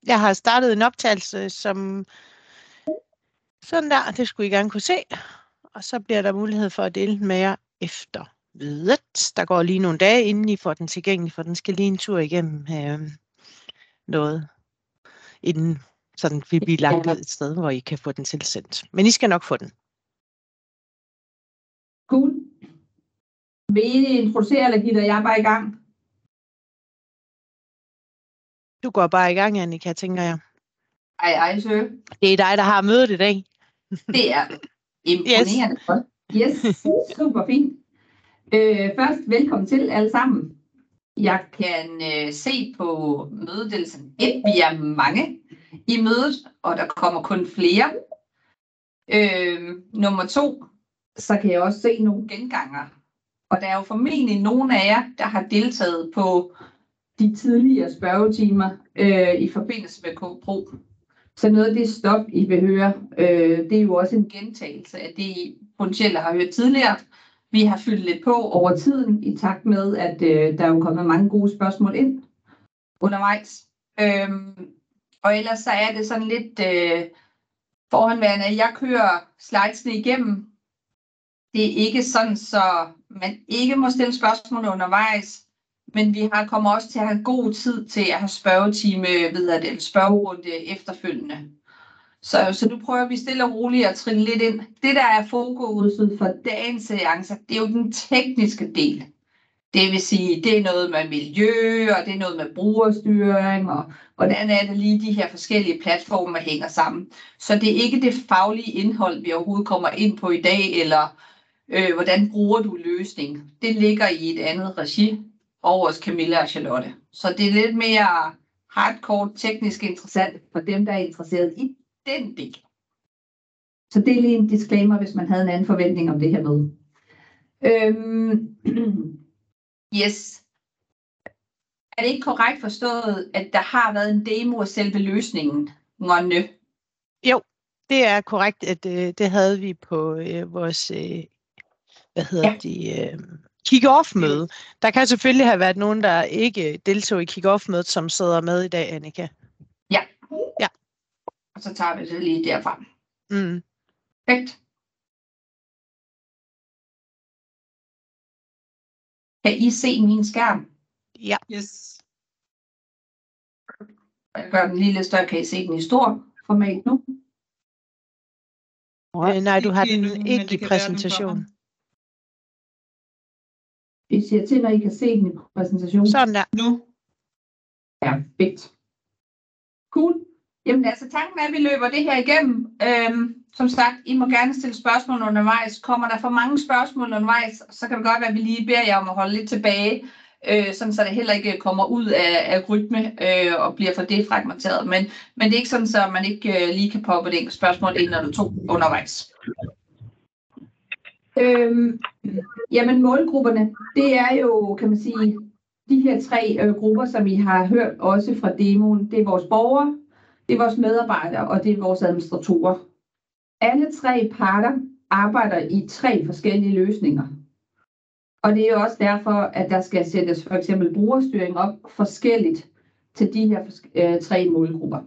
Jeg har startet en optagelse, som sådan der, det skulle I gerne kunne se. Og så bliver der mulighed for at dele med jer efter videt. Der går lige nogle dage, inden I får den tilgængelig, for den skal lige en tur igennem noget, inden sådan vi bliver lagt ud et sted, hvor I kan få den tilsendt. Men I skal nok få den. Cool. Vil I introducere, eller giver jeg bare i gang? Du går bare i gang, Annika, tænker jeg. Ej, sø. Det er dig, der har mødet i dag. Det er imponerende godt. Yes, super fint. Først velkommen til alle sammen. Jeg kan se på mødedelsen 1, vi er mange i mødet, og der kommer kun flere. Nummer 2, så kan jeg også se nogle genganger. Og der er jo formentlig nogle af jer, der har deltaget på de tidligere spørgetimer i forbindelse med KPRO. Så noget af det stof, I vil høre, det er jo også en gentagelse af det, I potentielt har hørt tidligere. Vi har fyldt lidt på over tiden, i takt med, at der er jo kommet mange gode spørgsmål ind undervejs. Og ellers så er det sådan lidt forhåndværende, at jeg kører slidesene igennem. Det er ikke sådan, så man ikke må stille spørgsmål undervejs, men vi kommer også til at have god tid til at have spørgetime, spørgerunde efterfølgende. Så nu prøver vi stille og roligt at trille lidt ind. Det, der er fokuset for dagens seancer, det er jo den tekniske del. Det vil sige, det er noget med miljø, og det er noget med brugerstyring, og hvordan er det lige de her forskellige platforme hænger sammen. Så det er ikke det faglige indhold, vi overhovedet kommer ind på i dag, eller hvordan bruger du løsning. Det ligger i et andet regi over hos Camilla og Charlotte. Så det er lidt mere hardcore, teknisk interessant for dem, der er interesseret i den del. Så det er lige en disclaimer, hvis man havde en anden forventning om det her møde. Yes. Er det ikke korrekt forstået, at der har været en demo af selve løsningen? Monne? Jo, det er korrekt, at det havde vi på vores kick-off-møde. Der kan selvfølgelig have været nogen, der ikke deltog i kick-off-mødet, som sidder med i dag, Annika. Ja. Ja. Og så tager vi det lige derfra. Perfekt. Kan I se min skærm? Ja. Yes. Jeg gør den lige lidt større. Kan I se den i stor format nu? Nej, du har den ikke i præsentation. Vi siger til, når I kan se den i præsentation. Sådan der. Nu. Perfekt. Cool. Jamen altså, tanken er, at vi løber det her igennem. Som sagt, I må gerne stille spørgsmål undervejs. Kommer der for mange spørgsmål undervejs, så kan det godt være, at vi lige beder jer om at holde lidt tilbage, sådan så det heller ikke kommer ud af rytme og bliver for defragmenteret. Men det er ikke sådan, så man ikke lige kan poppe et enkelt spørgsmål ind eller to undervejs. Jamen målgrupperne, det er jo, kan man sige, de her 3 grupper, som I har hørt også fra demoen. Det er vores borgere, det er vores medarbejdere, og det er vores administratorer. Alle 3 parter arbejder i 3 forskellige løsninger. Og det er jo også derfor, at der skal sættes for eksempel brugerstyring op forskelligt til de her 3 målgrupper.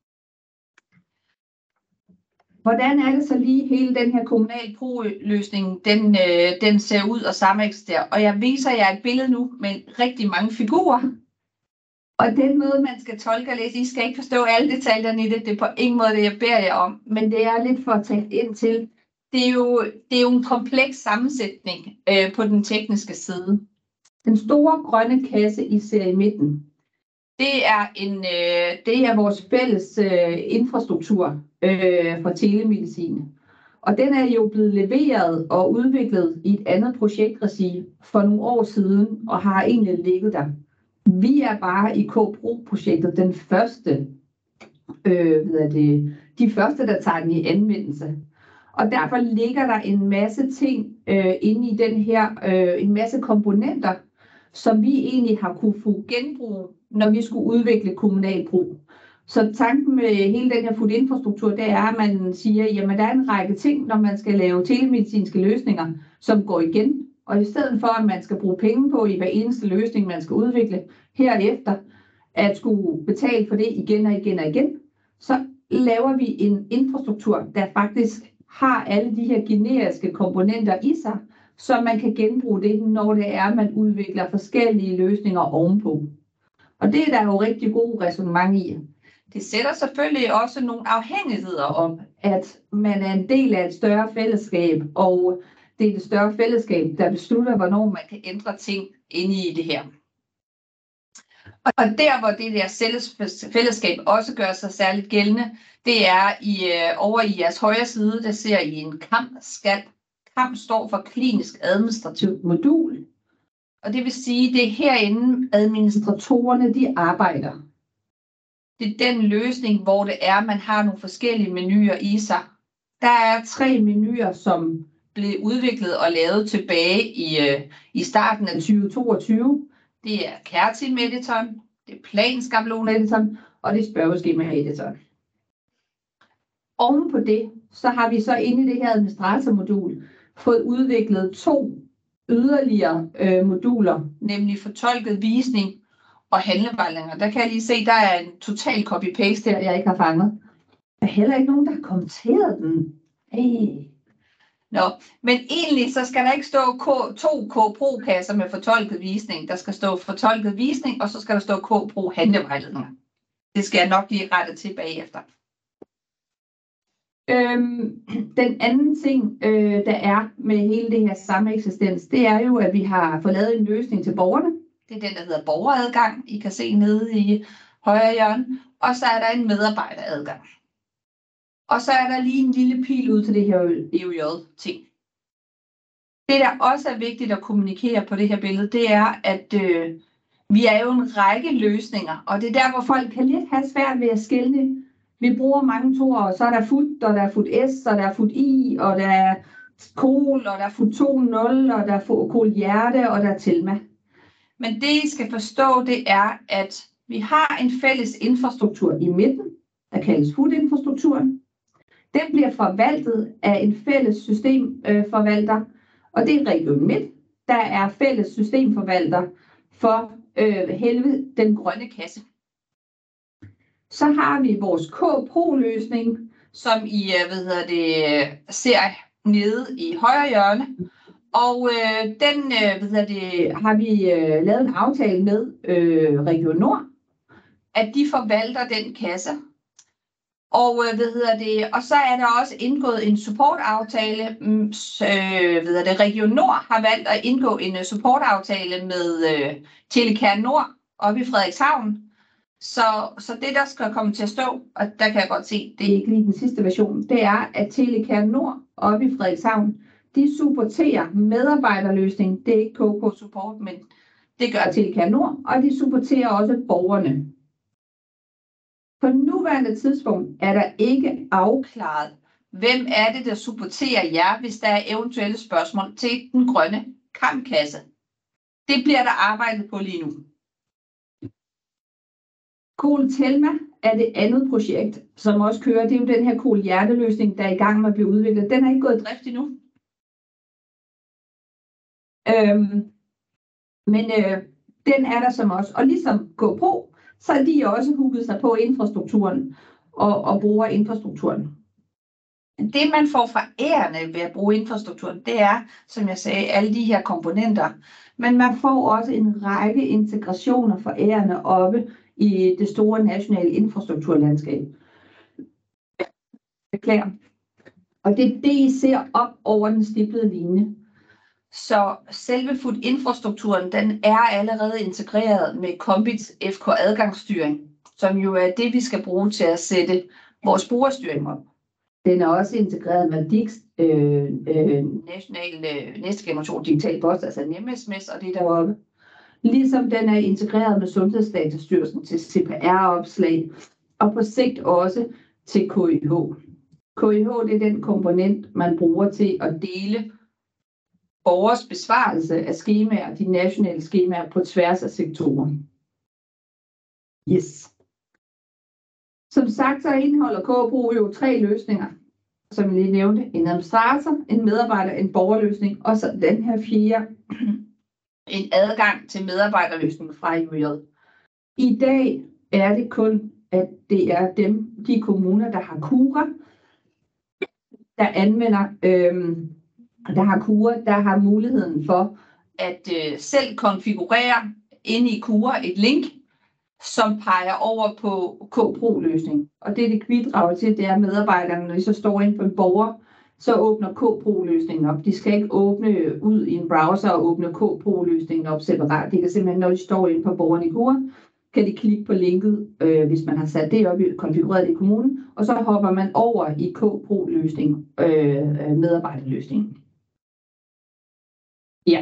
Hvordan er det så lige hele den her kommunal pro-løsning, den ser ud og sameksisterer? Og jeg viser jer et billede nu med rigtig mange figurer. Og den måde, man skal tolke og læse, I skal ikke forstå alle detaljerne i det. Det er på ingen måde det, jeg beder jer om. Men det er lidt for at tage ind til. Det er jo en kompleks sammensætning på den tekniske side. Den store grønne kasse, I ser i midten, det er vores fælles infrastruktur for telemedicin. Og den er jo blevet leveret og udviklet i et andet projektregi for nogle år siden, og har egentlig ligget der. Vi er bare i KPRO-projektet den første, de første, der tager den i anvendelse. Og derfor ligger der en masse ting inde i den her, en masse komponenter, som vi egentlig har kunne få genbrug, når vi skulle udvikle kommunal brug. Så tanken med hele den her food-infrastruktur, det er, at man siger, jamen der er en række ting, når man skal lave telemedicinske løsninger, som går igen. Og i stedet for, at man skal bruge penge på i hver eneste løsning, man skal udvikle herefter, at skulle betale for det igen og igen og igen, så laver vi en infrastruktur, der faktisk har alle de her generiske komponenter i sig, så man kan genbruge det, når det er, man udvikler forskellige løsninger ovenpå. Og det er der jo rigtig god ræsonnement i. Det sætter selvfølgelig også nogle afhængigheder om, at man er en del af et større fællesskab, og det er det større fællesskab, der beslutter, hvornår man kan ændre ting inde i det her. Og der, hvor det der fællesskab også gør sig særligt gældende, det er over i jeres højre side, der ser I en KAM-skalp. KAM står for klinisk administrativt modul. Og det vil sige, det er herinde administratorerne, de arbejder. Det er den løsning, hvor det er, man har nogle forskellige menuer i sig. Der er 3 menuer, som blev udviklet og lavet tilbage i starten af 2022. Det er CARE-team-editoren, det er planskabelon-editoren, og det er spørgeskema-editoren. Oven på det, så har vi så inde i det her administratormodul fået udviklet 2 yderligere moduler, nemlig fortolket visning og handlevejledninger. Der kan jeg lige se, der er en total copy-paste her, jeg ikke har fanget. Der er heller ikke nogen, der har kommenteret den. Hey. Nå, men egentlig så skal der ikke stå 2 K-Pro-kasser med fortolket visning. Der skal stå fortolket visning, og så skal der stå K-Pro handlevejledninger. Det skal jeg nok lige rette til bagefter. Den anden ting, der er med hele det her sameksistens, det er jo, at vi har fået lavet en løsning til borgerne. Det er den, der hedder borgeradgang. I kan se nede i højre hjørne. Og så er der en medarbejderadgang. Og så er der lige en lille pil ud til det her EUJ-ting. Det, der også er vigtigt at kommunikere på det her billede, det er, at vi er jo en række løsninger. Og det er der, hvor folk kan lidt have svært ved at skelne. Vi bruger mange toer, og så er der FUT, og der er FUT-S, og der er FUT-I, og der er KOL, og der er FUT 2.0, og der er KOL-hjerte, og der er TELMA. Men det, I skal forstå, det er, at vi har en fælles infrastruktur i midten, der kaldes FUT-infrastrukturen. Den bliver forvaltet af en fælles systemforvalter, og det er Region Midt, der er fælles systemforvalter for den grønne kasse. Så har vi vores K-Pro-løsning, som I ser nede i højre hjørne. Og den har vi lavet en aftale med Region Nord, at de forvalter den kasse. Og og så er der også indgået en supportaftale. Region Nord har valgt at indgå en supportaftale med Telecare Nord oppe i Frederikshavn. Så det, der skal komme til at stå, og der kan jeg godt se, det er ikke lige den sidste version, det er, at Telecare Nord oppe i Frederikshavn, de supporterer medarbejderløsning. Det er ikke KK Support, men det gør Telecare Nord, og de supporterer også borgerne. På nuværende tidspunkt er der ikke afklaret, hvem er det, der supporterer jer, hvis der er eventuelle spørgsmål til den grønne KAM-kasse. Det bliver der arbejdet på lige nu. KOL-TELMA er det andet projekt, som også kører. Det er jo den her KOL-hjerteløsning, der er i gang med at blive udviklet. Den er ikke gået i drift endnu. Men den er der som også. Og ligesom GoPro, så er de også hugget sig på infrastrukturen og bruger infrastrukturen. Det, man får fra ærerne ved at bruge infrastrukturen, det er, som jeg sagde, alle de her komponenter. Men man får også en række integrationer fra ærerne oppe i det store nationale infrastrukturlandskab. Beklager. Og det er det, I ser op over den stiplede linje. Så selve FUT-infrastrukturen, den er allerede integreret med Kombits FK adgangsstyring, som jo er det, vi skal bruge til at sætte vores brugerstyring op. Den er også integreret med DIX, National Næste Generation Digital Post, altså NemSMS og det deroppe. Ligesom den er integreret med Sundhedsdatastyrelsen til CPR-opslag, og på sigt også til KIH. KIH, det er den komponent, man bruger til at dele borgers besvarelse af skemaer, de nationale skemaer på tværs af sektorer. Yes. Som sagt, så indeholder KPRO jo 3 løsninger, som jeg lige nævnte. En administrator, en medarbejder, en borgerløsning, og så den her 4, en adgang til medarbejderløsningen fra EUJ. I dag er det kun, at det er de kommuner, der har KURA, der anvender, der har KURA, der har muligheden for at selv konfigurere inde i KURA et link, som peger over på KPRO-løsning. Og det bidrager til, det er medarbejderne, når de så står inde på en borger, så åbner KPRO-løsningen op. De skal ikke åbne ud i en browser og åbne KPRO-løsningen op separat. Det kan simpelthen, når de står inde på borgeren i KURA, kan de klikke på linket, hvis man har sat det op, konfigureret det i kommunen, og så hopper man over i KPRO-løsning, medarbejderløsningen. Ja.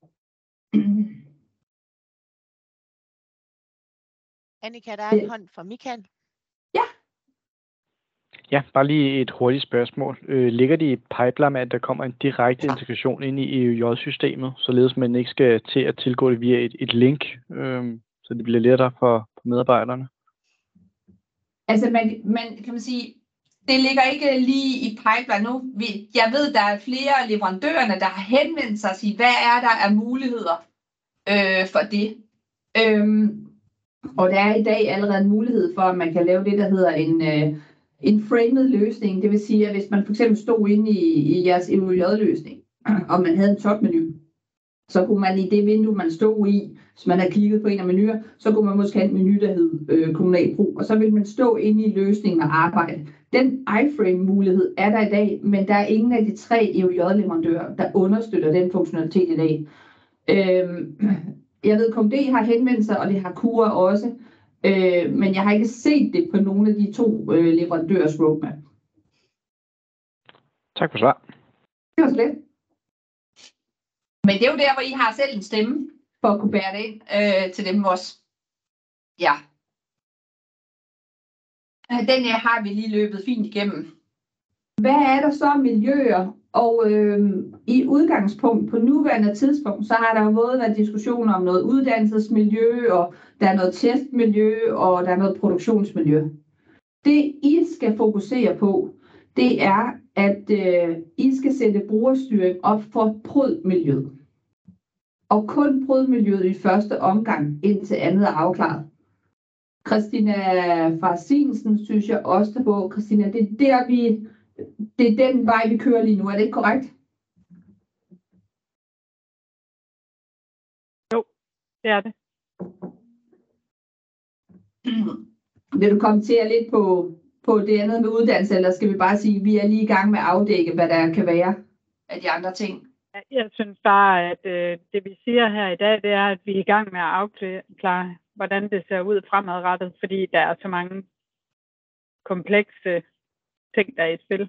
Annika, der er en hånd fra Michael. Ja. Ja, bare lige et hurtigt spørgsmål. Ligger det i pipeline, at der kommer en direkte integration ind i EUJ-systemet, således man ikke skal til at tilgå det via et link, så det bliver lettere for medarbejderne? Altså man kan man sige, det ligger ikke lige i pipeline nu. Jeg ved, der er flere af leverandørerne, der har henvendt sig og sige, hvad er der af muligheder for det? Og der er i dag allerede en mulighed for, at man kan lave det, der hedder en framed løsning. Det vil sige, at hvis man for eksempel stod inde i jeres EUJ-løsning, og man havde en topmenu, så kunne man i det vindue, man stod i, hvis man har klikket på en af menuer, så kunne man måske have en menu, der hed kommunal brug, og så vil man stå inde i løsningen og arbejde. Den iframe-mulighed er der i dag, men der er ingen af de 3 EUJ-leverandører, der understøtter den funktionalitet i dag. Jeg ved, KMD har henvendt sig, og det har KURA også, men jeg har ikke set det på nogle af de 2 leverandørers roadmap. Tak for svar. Det var så lidt. Men det er jo der, hvor I har selv en stemme for at kunne bære det ind til dem også. Ja. Den her har vi lige løbet fint igennem. Hvad er der så miljøer? Og i udgangspunkt på nuværende tidspunkt, så har der jo både været diskussioner om noget uddannelsesmiljø, og der er noget testmiljø, og der er noget produktionsmiljø. Det I skal fokusere på, det er, at I skal sætte brugerstyring op for prødmiljøet. Og kun prødmiljøet i første omgang, indtil andet er afklaret. Christina Farsinsen synes jeg også på. Christina, det er den vej, vi kører lige nu. Er det ikke korrekt? Jo, det er det. Vil du kommentere lidt på det andet med uddannelse, eller skal vi bare sige, at vi er lige i gang med at afdække, hvad der kan være af de andre ting? Jeg synes bare, at det vi siger her i dag, det er, at vi er i gang med at afklare, hvordan det ser ud fremadrettet, fordi der er så mange komplekse ting, der er i spil.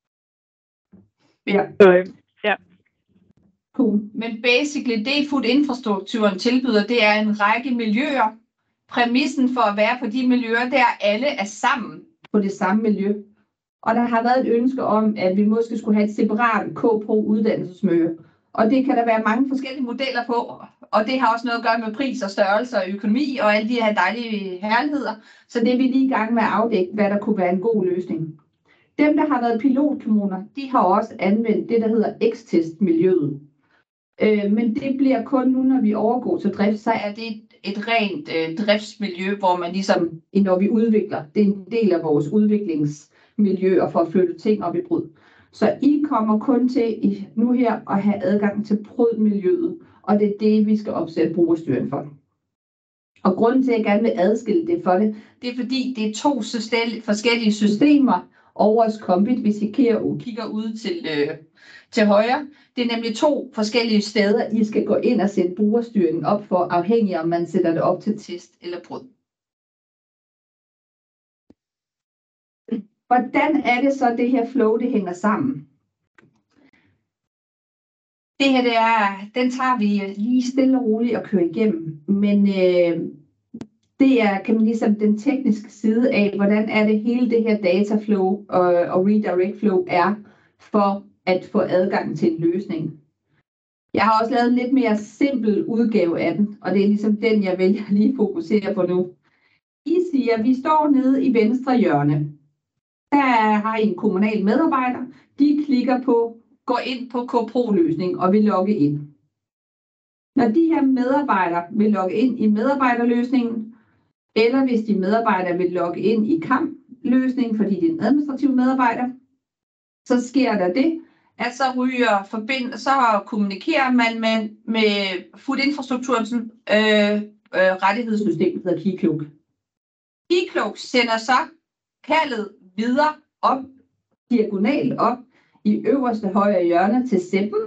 Ja. Ja. Cool. Men basically, det food-infrastrukturen tilbyder, det er en række miljøer. Præmissen for at være på de miljøer, der alle er sammen på det samme miljø. Og der har været et ønske om, at vi måske skulle have et separat KPRO-uddannelsesmiljø. Og det kan der være mange forskellige modeller på. Og det har også noget at gøre med pris og størrelse og økonomi og alle de her dejlige herligheder. Så det er vi lige i gang med at afdække, hvad der kunne være en god løsning. Dem, der har været pilotkommuner, de har også anvendt det, der hedder X-test-miljøet. Men det bliver kun nu, når vi overgår til drift, så er det et rent driftsmiljø, hvor man ligesom, når vi udvikler, det er en del af vores udviklingsmiljø og for at flytte ting op i brud. Så I kommer kun til nu her at have adgang til prødmiljøet, og det er det, vi skal opsætte brugerstyring for. Og grunden til, at jeg gerne vil adskille det for det, det er fordi, det er 2 forskellige systemer. Overs Compit, hvis I kigger ud til højre. Det er nemlig 2 forskellige steder, I skal gå ind og sætte brugerstyringen op for, afhængig af om man sætter det op til test eller prød. Hvordan er det så, det her flow, det hænger sammen? Det her, den tager vi lige stille og roligt og kører igennem. Men det er, kan man ligesom den tekniske side af, hvordan er det hele det her dataflow og redirect flow er for at få adgang til en løsning. Jeg har også lavet en lidt mere simpel udgave af den, og det er ligesom den, jeg vælger lige fokusere på nu. I siger, at vi står nede i venstre hjørne. Der har I en kommunal medarbejder. De klikker på, går ind på KPRO-løsning og vil logge ind. Når de her medarbejdere vil logge ind i medarbejderløsningen, eller hvis de medarbejdere vil logge ind i kampløsning, fordi det er en administrativ medarbejder, så sker der det, at så kommunikerer man med Food-infrastrukturens rettighedssystem, der hedder KeyCloak. KeyCloak sender så kaldet videre op, diagonalt op i øverste højre hjørne til SEP'en.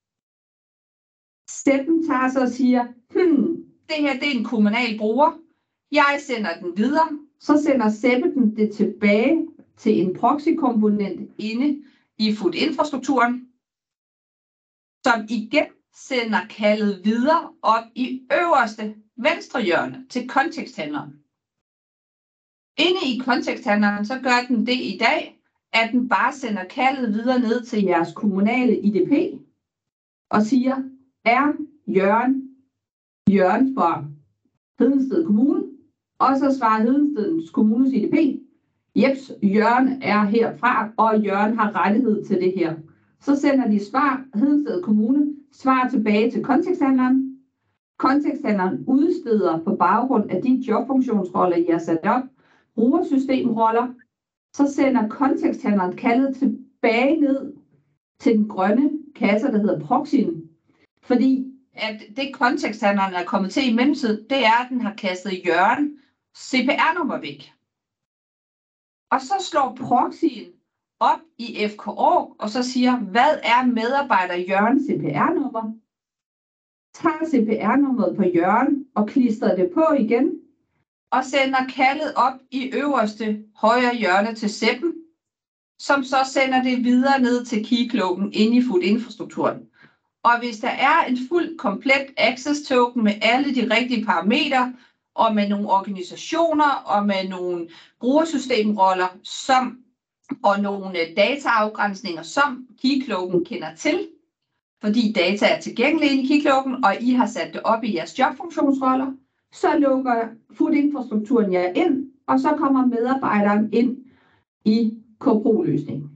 SEP'en tager så og siger, det her det er en kommunal bruger. Jeg sender den videre. Så sender SEP'en det tilbage til en proxy-komponent inde i Food-infrastrukturen, som igen sender kaldet videre op i øverste venstre hjørne til konteksthandleren. Inde i konteksthandleren, så gør den det i dag, at den bare sender kaldet videre ned til jeres kommunale IDP og siger, er Jørgen fra Hedensted Kommune, og så svarer Hedenstedens Kommunes IDP, jeps, Jørgen er herfra, og Jørgen har rettighed til det her. Så sender de Hedensted Kommune svar tilbage til konteksthandleren. Konteksthandleren udsteder på baggrund af de jobfunktionsroller, I har sat op, brugersystemroller, så sender konteksthandleren kaldet tilbage ned til den grønne kasse, der hedder proxyen. Fordi at det konteksthandleren er kommet til i mellemtiden, det er, at den har kastet Jørgen CPR-nummer væk. Og så slår proxyen op i FKO, og så siger, hvad er medarbejder Jørgens CPR-nummer? Tager CPR-nummeret på Jørgen og klistrer det på igen, og sender kaldet op i øverste højre hjørne til SEP'en, som så sender det videre ned til KeyCloaken inde i Food-infrastrukturen. Og hvis der er en fuldt komplet access token med alle de rigtige parametre, og med nogle organisationer, og med nogle brugersystemroller, og nogle dataafgrænsninger, som KeyCloaken kender til, fordi data er tilgængelige i KeyCloaken, og I har sat det op i jeres jobfunktionsroller, så lukker Food-infrastrukturen jer ind, og så kommer medarbejderen ind i KPRO-løsningen.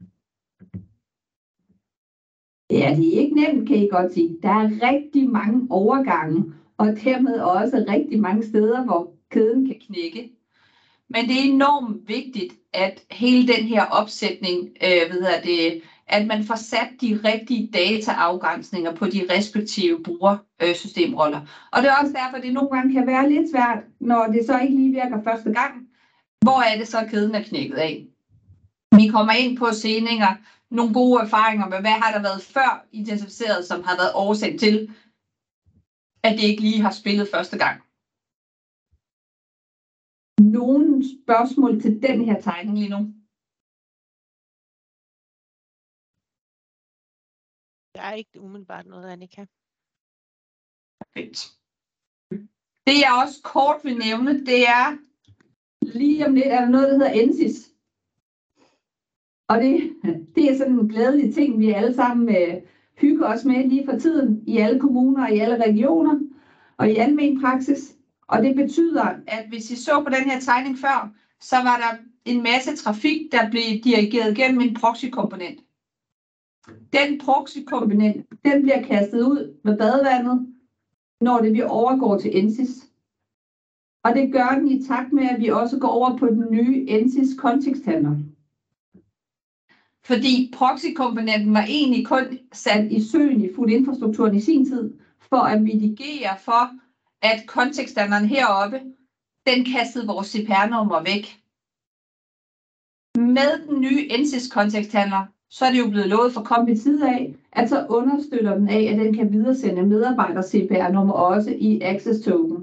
Ja, det er ikke nemt, kan I godt sige. Der er rigtig mange overgange, og dermed også rigtig mange steder, hvor kæden kan knække. Men det er enormt vigtigt, at hele den her opsætning, at man får sat de rigtige dataafgrænsninger på de respektive brugersystemroller. Og det er også derfor, at det nogle gange kan være lidt svært, når det så ikke lige virker første gang. Hvor er det så, kæden er knækket af? Vi kommer ind på senere nogle gode erfaringer med, hvad har der været før identificeret, som har været årsag til, at det ikke lige har spillet første gang. Nogle spørgsmål til den her tegning lige nu? Der er ikke umiddelbart noget, Annika. Perfekt. Det jeg også kort vil nævne, det er, lige om lidt er der noget, der hedder ENSIS. Og det er sådan en glædelig ting, vi alle sammen hygger os med lige for tiden i alle kommuner og i alle regioner og i almen praksis. Og det betyder, at hvis I så på den her tegning før, så var der en masse trafik, der blev dirigeret gennem en proxy-komponent. Den proxy-komponent, den bliver kastet ud med badevandet, når det overgår til ENSIS. Og det gør den i takt med, at vi også går over på den nye ENSIS konteksthandler. Fordi proxy-komponenten var egentlig kun sat i søen i Food-infrastrukturen i sin tid, for at mitigere for, at kontekststandarden heroppe, den kastede vores CPR-nummer væk. Med den nye ENSIS-konteksthandler, så er det jo blevet lovet fra Kompis side af, at så understøtter den af, at den kan videresende medarbejder CPR-nummer også i Access Token.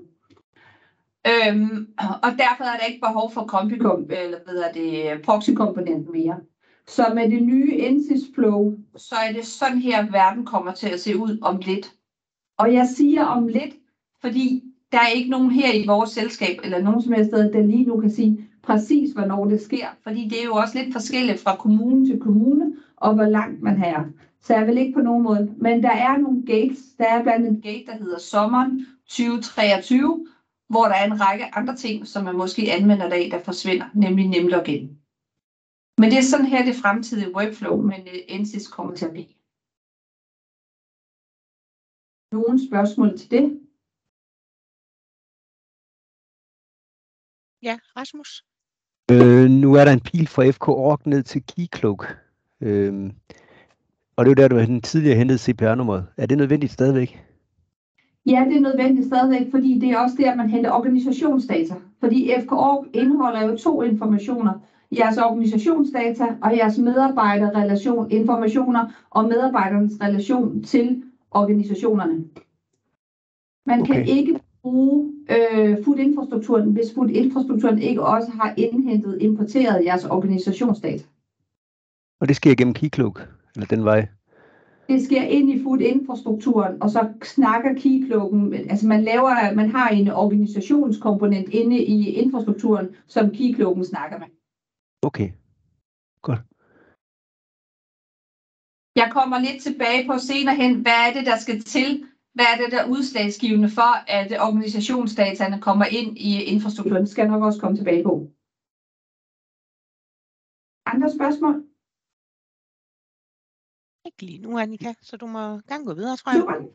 Og derfor er der ikke behov for proxy-komponenten mere. Så med det nye ENSIS Flow, så er det sådan her, verden kommer til at se ud om lidt. Og jeg siger om lidt, fordi der er ikke nogen her i vores selskab, eller nogen som helst sted, der lige nu kan sige præcis, hvornår det sker. Fordi det er jo også lidt forskelligt fra kommune til kommune, og hvor langt man er. Så jeg vil ikke på nogen måde. Men der er nogle gates. Der er blandt andet en gate, der hedder sommeren 2023, hvor der er en række andre ting, som man måske anvender i dag, der forsvinder, nemlig nemlogin. Men det er sådan her det fremtidige webflow, men ENSIS kommer til at blive. Nogle spørgsmål til det? Ja, Rasmus? Nu er der en pil fra FK.org ned til Keycloak. Og det er jo der, du den tidligere hentede CPR-nummeret. Er det nødvendigt stadigvæk? Ja, det er nødvendigt stadigvæk, fordi det er også der, man henter organisationsdata. Fordi FK.org indeholder jo 2 informationer. Jeres organisationsdata og jeres medarbejderrelation, informationer og medarbejdernes relation til organisationerne. Man kan ikke bruge food-infrastrukturen, hvis food-infrastrukturen ikke også har indhentet, importeret jeres organisationsdata. Og det sker gennem Keycloak, eller den vej? Det sker ind i food-infrastrukturen, og så snakker Keycloaken, altså man har en organisationskomponent inde i infrastrukturen, som Keycloaken snakker med. Okay, godt. Jeg kommer lidt tilbage på senere hen, hvad er det, der skal til? Hvad er det, der er udslagsgivende for, at organisationsdataene kommer ind i infrastrukturen? Det skal jeg nok også komme tilbage på. Andre spørgsmål? Ikke lige nu, Annika, så du må gerne gå videre, tror jeg. Super.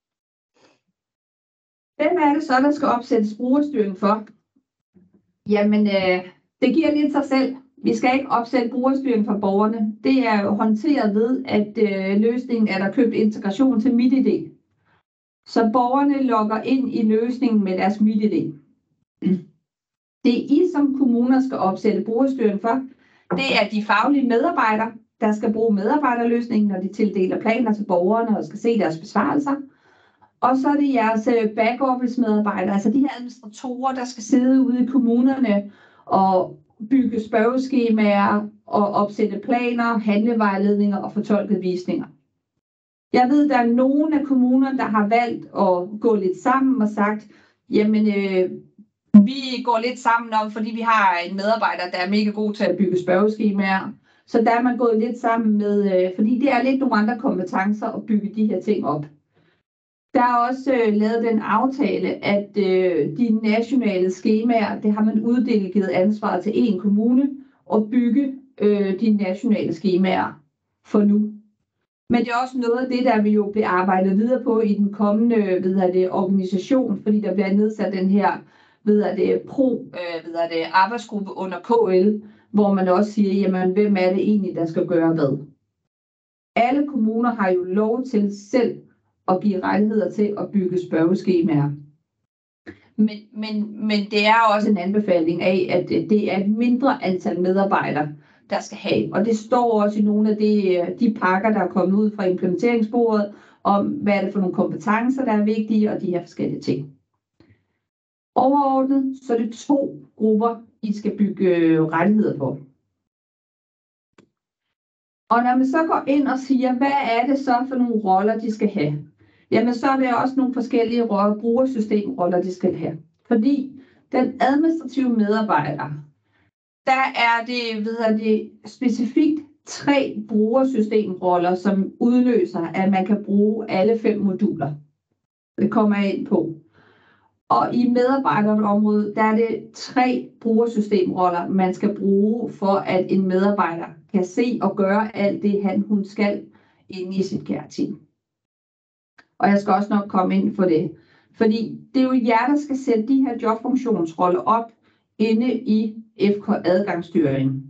Hvem er det så, der skal opsættes brugerstyring for? Jamen, det giver lidt sig selv. Vi skal ikke opsætte brugerstyring for borgerne. Det er jo håndteret ved, at løsningen er der købt integration til MitID. Så borgerne logger ind i løsningen med deres MitID. Det I som kommuner skal opsætte brugerstyring for, det er de faglige medarbejdere, der skal bruge medarbejderløsningen, når de tildeler planer til borgerne og skal se deres besvarelser. Og så er det jeres back-office medarbejdere, altså de her administratorer, der skal sidde ude i kommunerne og bygge spørgeskemaer og opsætte planer, handlevejledninger og fortolket visninger. Jeg ved, der er nogle af kommunerne, der har valgt at gå lidt sammen og sagt, jamen vi går lidt sammen om, fordi vi har en medarbejder, der er mega god til at bygge spørgeskemaer. Så der er man gået lidt sammen med, fordi det er lidt nogle andre kompetencer at bygge de her ting op. Der er også lavet den aftale, at de nationale skemaer, det har man uddeleget ansvaret til en kommune at bygge de nationale skemaer for nu. Men det er også noget af det, der vil jo blive arbejdet videre på i den kommende organisation, fordi der bliver nedsat den her arbejdsgruppe under KL, hvor man også siger, jamen hvem er det egentlig, der skal gøre hvad? Alle kommuner har jo lov til selv at give rettigheder til at bygge spørgeskemaer. Men det er også en anbefaling af, at det er et mindre antal medarbejdere, der skal have. Og det står også i nogle af de pakker, der er kommet ud fra implementeringsbordet, om hvad er det for nogle kompetencer, der er vigtige, og de her forskellige ting. Overordnet, så er det 2 grupper, I skal bygge rettigheder på. Og når man så går ind og siger, hvad er det så for nogle roller, de skal have? Jamen så er det også nogle forskellige brugersystemroller, de skal have. Fordi den administrative medarbejder, der er det specifikt 3 brugersystemroller, som udløser, at man kan bruge alle 5 moduler. Det kommer jeg ind på. Og i medarbejderområdet, der er det 3 brugersystemroller, man skal bruge, for at en medarbejder kan se og gøre alt det, hun skal inde i sit care-team. Og jeg skal også nok komme ind på det. Fordi det er jo jer, der skal sætte de her jobfunktionsroller op inde i FK adgangsstyring.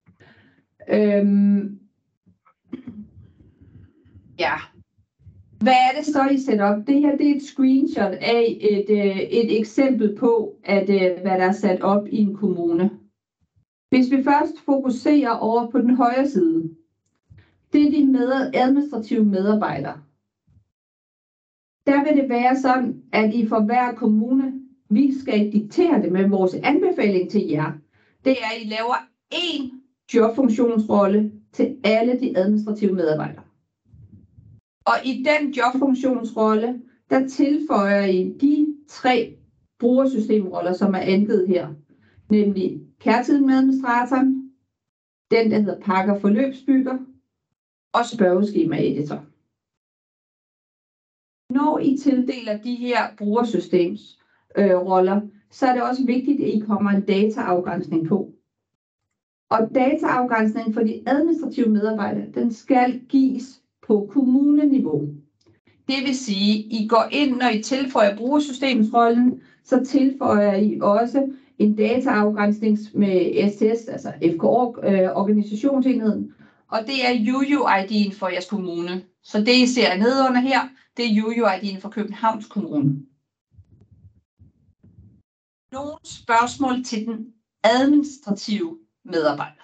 Ja. Hvad er det så, I sætter op? Det her det er et screenshot af et eksempel på, hvad der er sat op i en kommune. Hvis vi først fokuserer over på den højre side, det er de administrative medarbejdere. Der vil det være sådan, at I for hver kommune, vi skal ikke diktere det, men vores anbefaling til jer, det er, at I laver 1 jobfunktionsrolle til alle de administrative medarbejdere. Og i den jobfunktionsrolle, der tilføjer I de 3 brugersystemroller, som er angivet her. Nemlig care-team-administratoren, den der hedder pakker-forløbsbygger og spørgeskema-editor. Når I tildeler de her brugersystemsroller, så er det også vigtigt, at I kommer en dataafgrænsning på. Og dataafgrænsningen for de administrative medarbejdere, den skal gives på kommuneniveau. Det vil sige, at I går ind, når I tilføjer brugersystemsrollen, så tilføjer I også en dataafgrænsning med STS, altså FK-organisationsenheden, og det er UUID'en for jeres kommune. Så det, I ser nedenunder her, det er UUID'en for Københavns Kommune. Nogle spørgsmål til den administrative medarbejder?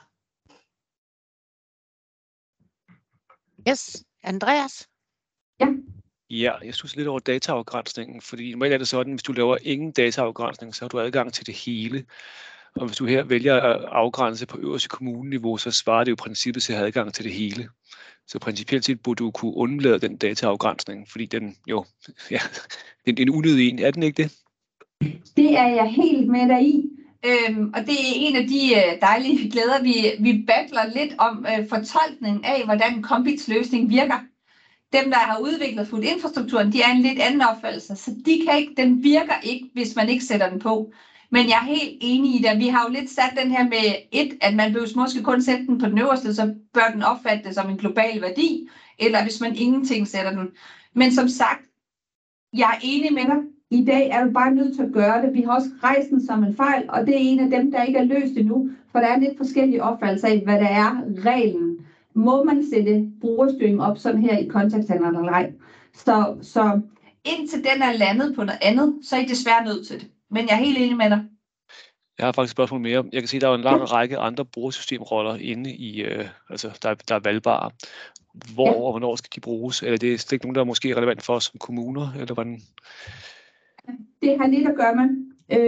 Yes, Andreas? Ja, jeg synes lidt over dataafgrænsningen, fordi normalt er det sådan, hvis du laver ingen dataafgrænsning, så har du adgang til det hele. Og hvis du her vælger at afgrænse på øverste kommuneniveau, så svarer det jo i princippet til at have adgang til det hele. Så principielt set burde du kunne undlade den dataafgrænsning, fordi den jo, ja, det er en unødig en. Er den ikke det? Det er jeg helt med dig i. Og det er en af de dejlige glæder, vi battler lidt om fortolkningen af, hvordan Kombits løsning virker. Dem, der har udviklet food-infrastrukturen, de er en lidt anden opfattelse, så den virker ikke, hvis man ikke sætter den på. Men jeg er helt enig i det. Vi har jo lidt sat den her med at man behøver måske kun sætte den på den øverste, så bør den opfatte det som en global værdi, eller hvis man ingenting sætter den. Men som sagt, jeg er enig med dig. I dag er du bare nødt til at gøre det. Vi har også rejst den som en fejl, og det er en af dem, der ikke er løst endnu, for der er lidt forskellige opfattelser af, hvad der er reglen. Må man sætte brugerstyring op sådan her i kontakthandler eller ej? Så indtil den er landet på noget andet, så er I desværre nødt til det. Men jeg er helt enig med dig. Jeg har faktisk et spørgsmål mere. Jeg kan se, at der er en lang række andre brugersystemroller inde i, der er valgbare. Hvor og hvornår skal de bruges? Eller det er slet ikke nogen, der er måske relevant for os som kommuner? Eller hvordan? Det har lidt at gøre med,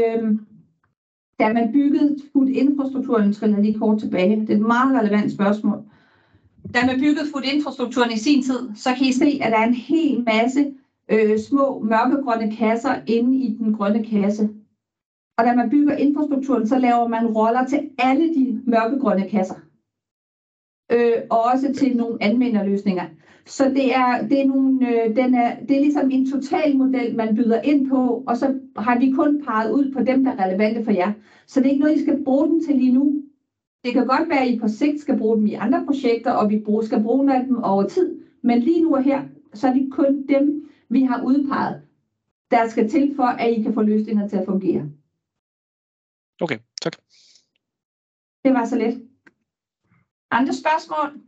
da man byggede food-infrastrukturen, skal jeg lige kort tilbage. Det er et meget relevant spørgsmål. Da man byggede food-infrastrukturen i sin tid, så kan I se, at der er en hel masse små mørkegrønne kasser inde i den grønne kasse. Og da man bygger infrastrukturen, så laver man roller til alle de mørkegrønne kasser. Og også til nogle anvenderløsninger. Så det er ligesom en total model, man byder ind på, og så har vi kun peget ud på dem, der er relevante for jer. Så det er ikke noget, I skal bruge den til lige nu. Det kan godt være, at I på sigt skal bruge dem i andre projekter, og vi skal bruge nogle af dem over tid. Men lige nu og her, så er det kun dem, vi har udpeget, der skal til for, at I kan få løsninger til at fungere. Okay, tak. Det var så let. Andre spørgsmål?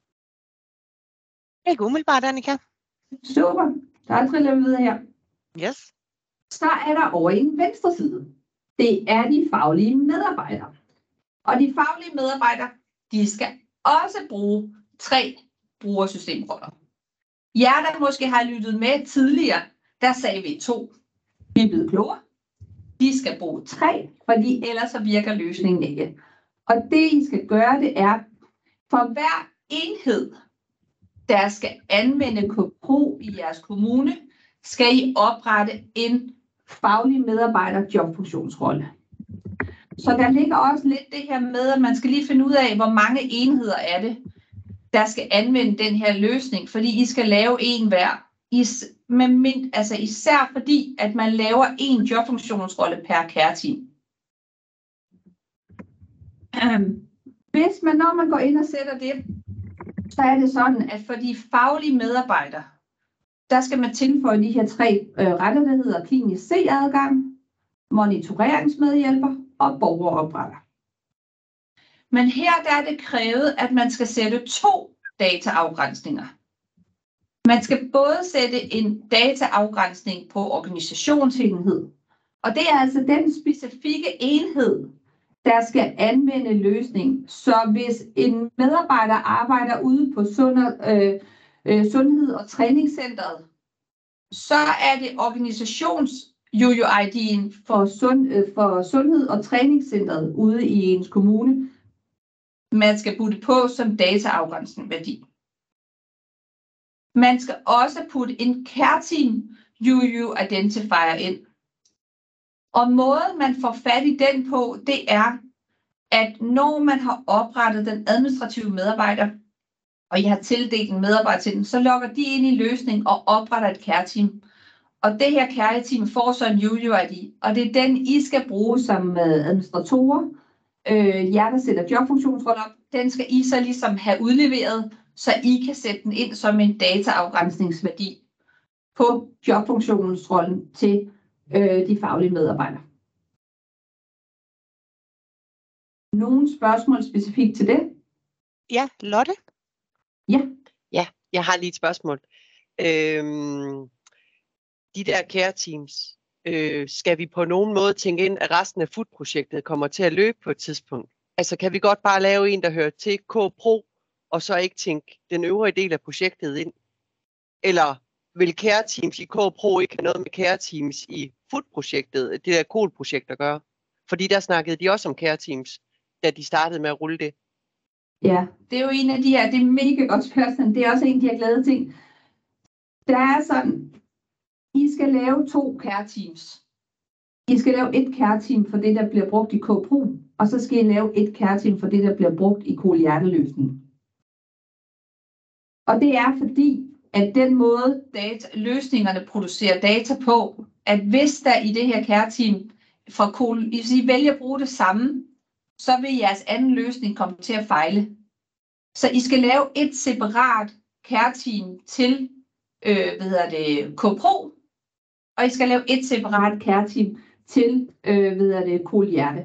Ikke umiddelbart, Annika. Super. Der triller vi videre her. Yes. Så er der over i den venstre side. Det er de faglige medarbejdere. Og de faglige medarbejdere, de skal også bruge 3 brugersystemroller. Jer, der måske har lyttet med tidligere, der sagde vi 2. Vi er blevet klogere. De skal bruge 3, fordi ellers så virker løsningen ikke. Og det, I skal gøre, det er, for hver enhed, der skal anvende KPRO i jeres kommune, skal I oprette en faglig medarbejder jobfunktionsrolle. Så der ligger også lidt det her med, at man skal lige finde ud af, hvor mange enheder er det, der skal anvende den her løsning, fordi I skal lave en hver. Især fordi, at man laver en jobfunktionsrolle per care-team. Når man går ind og sætter det, så er det sådan, at for de faglige medarbejdere, der skal man tilføje de her 3 retter, der hedder klinisk C-adgang, monitoreringsmedhjælper og borgeropretter. Men her der er det krævet, at man skal sætte 2 dataafgrænsninger. Man skal både sætte en dataafgrænsning på organisationsenhed, og det er altså den specifikke enhed, der skal anvende løsning. Så hvis en medarbejder arbejder ude på sundhed- og træningscentret, så er det organisations-UUID'en for sundhed- og træningscentret ude i ens kommune, man skal putte på som dataafgrænsning værdi. Man skal også putte en care-team UU-identifier ind. Og måden, man får fat i den på, det er, at når man har oprettet den administrative medarbejder, og I har tildelt en medarbejder til den, så logger de ind i løsningen og opretter et care-team. Og det her care-team får så en UUID, og det er den, I skal bruge som administratorer. Jer, der sætter jobfunktionsroller op, den skal I så ligesom have udleveret, så I kan sætte den ind som en dataafgrænsningsværdi på jobfunktionsrollen til de faglige medarbejdere. Nogle spørgsmål specifikt til det? Ja, Lotte? Ja, jeg har lige et spørgsmål. De der care teams, skal vi på nogen måde tænke ind, at resten af food-projektet kommer til at løbe på et tidspunkt? Altså kan vi godt bare lave en, der hører til K-Pro, og så ikke tænke den øvrige del af projektet ind? Eller vil care teams i K-Pro ikke have noget med care teams i food-projektet, det der KOL-projekt at gøre? Fordi der snakkede de også om care teams, da de startede med at rulle det. Ja, det er jo en af de her, det er mega godt spørgsmål. Det er også en af de her glade ting. Der er sådan, I skal lave 2 care teams. I skal lave et care team for det, der bliver brugt i K-Pro, og så skal I lave et care team for det, der bliver brugt i KOL-hjerteløsningen. Og det er fordi, at den måde løsningerne producerer data på, at hvis der i det her care team fra KOL, hvis I vælger at bruge det samme, så vil jeres anden løsning komme til at fejle. Så I skal lave et separat care team til K-Pro, og I skal lave et separat care team til KOL-hjerte.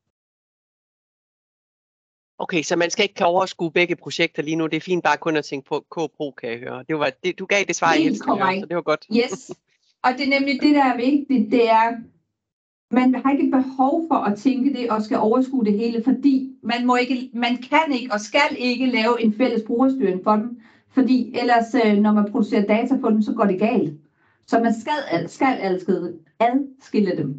Okay, så man skal ikke overskue begge projekter lige nu. Det er fint bare kun at tænke på K-Pro, kan jeg høre. Det var det, du gav det svar, jeg helst ville høre, så det var godt. Yes, og det er nemlig det, der er vigtigt. Det er, man har ikke behov for at tænke det og skal overskue det hele, fordi man kan ikke og skal ikke lave en fælles brugerstyring for dem, fordi ellers, når man producerer data på dem, så går det galt. Så man skal adskille dem.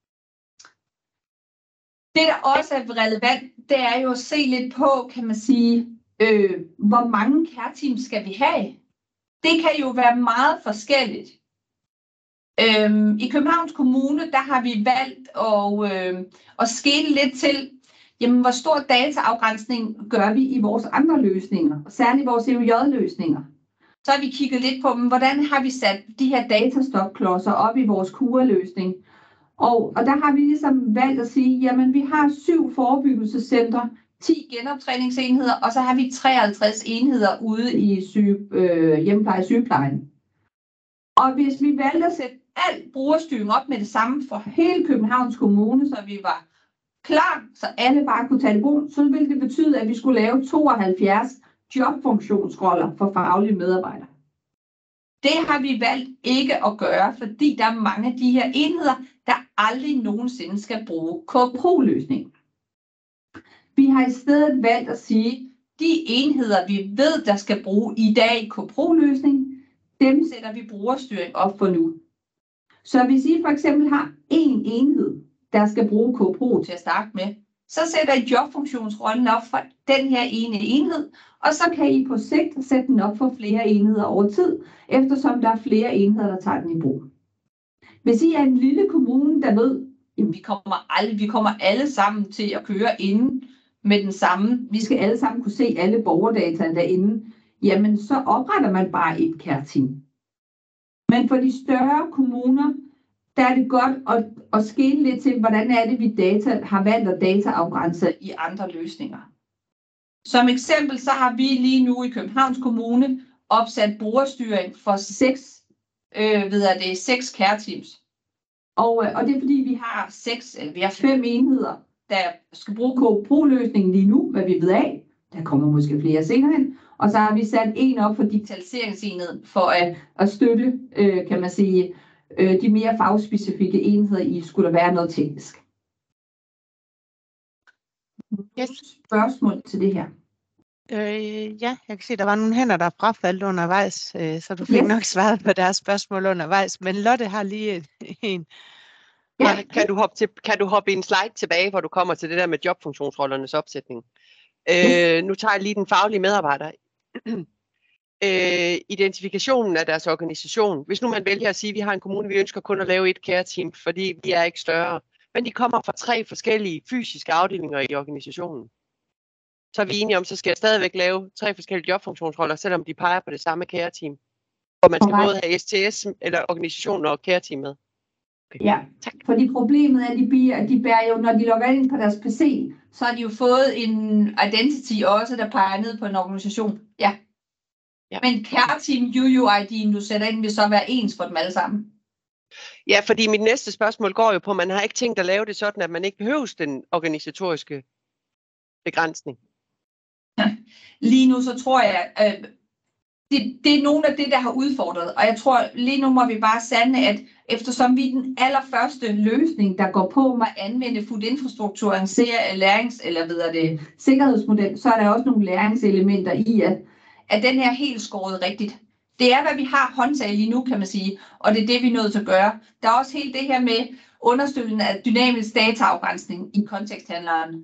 Det, der også er relevant, det er jo at se lidt på, kan man sige, hvor mange care teams skal vi have? Det kan jo være meget forskelligt. I Københavns Kommune, der har vi valgt at skele lidt til, jamen, hvor stor dataafgrænsning gør vi i vores andre løsninger, og særligt vores EUJ-løsninger. Så har vi kigget lidt på, hvordan har vi sat de her datastopklodser op i vores KURA-løsning. Og der har vi ligesom valgt at sige, jamen vi har 7 forebyggelsescentre, 10 genoptræningsenheder, og så har vi 53 enheder ude i hjemmepleje og sygeplejen. Og hvis vi valgte at sætte al brugerstyring op med det samme for hele Københavns Kommune, så vi var klar, så alle bare kunne tage det brug, så ville det betyde, at vi skulle lave 72 jobfunktionsroller for faglige medarbejdere. Det har vi valgt ikke at gøre, fordi der er mange af de her enheder, der aldrig nogensinde skal bruge K-Pro-løsningen. Vi har i stedet valgt at sige, de enheder, vi ved, der skal bruge i dag K-Pro-løsningen, dem sætter vi brugerstyring op for nu. Så hvis I for eksempel har en enhed, der skal bruge K-Pro til at starte med, så sætter I jobfunktionsrollen op for den her ene enhed, og så kan I på sigt sætte den op for flere enheder over tid, eftersom der er flere enheder, der tager den i brug. Hvis I er en lille kommune, der ved, at vi kommer alle sammen til at køre inden med den samme, vi skal alle sammen kunne se alle borgerdata derinde, jamen så opretter man bare et care team. Men for de større kommuner, der er det godt at skele lidt til, hvordan er det, vi har valgt at dataafgrænse i andre løsninger. Som eksempel, så har vi lige nu i Københavns Kommune opsat brugerstyring for 6 care teams. Og det er fordi, vi har 5 enheder, der skal bruge K-Pro-løsningen lige nu, hvad vi ved af. Der kommer måske flere senere hen. Og så har vi sat en op for digitaliseringsenheden for at støtte, kan man sige, de mere fagspecifikke enheder i, skulle der være noget teknisk. Yes. Spørgsmål til det her? Ja, jeg kan se, der var nogle hænder, der frafaldt undervejs, så du fik nok svaret på deres spørgsmål undervejs. Men Lotte har lige en. Ja. Kan du hoppe en slide tilbage, hvor du kommer til det der med jobfunktionsrollernes opsætning? Nu tager jeg lige den faglige medarbejder. Identifikationen af deres organisation. Hvis nu man vælger at sige, at vi har en kommune, vi ønsker kun at lave et care team, fordi vi er ikke større. Men de kommer fra 3 forskellige fysiske afdelinger i organisationen. Så er vi enige om, så skal jeg stadigvæk lave 3 forskellige jobfunktionsroller, selvom de peger på det samme care team. Hvor man skal både have STS eller organisationen og care team med. Okay. Ja, tak. Fordi problemet er, at de bærer jo, når de logger ind på deres PC, så har de jo fået en identity også, der peger ned på en organisation. Ja. Men care team UUID'en, du sætter ind, vil så være ens for dem alle sammen. Ja, fordi mit næste spørgsmål går jo på, at man har ikke tænkt at lave det sådan, at man ikke behøves den organisatoriske begrænsning? Lige nu så tror jeg, det er nogle af det, der har udfordret. Og jeg tror, lige nu må vi bare sande, at eftersom vi er den allerførste løsning, der går på med at anvende food-infrastruktur, en sikkerhedsmodel, så er der også nogle læringselementer i, at den her helt skåret rigtigt. Det er, hvad vi har håndtag lige nu, kan man sige, og det er det, vi er nødt til at gøre. Der er også helt det her med understøttelse af dynamisk dataafgrænsning i konteksthandleren.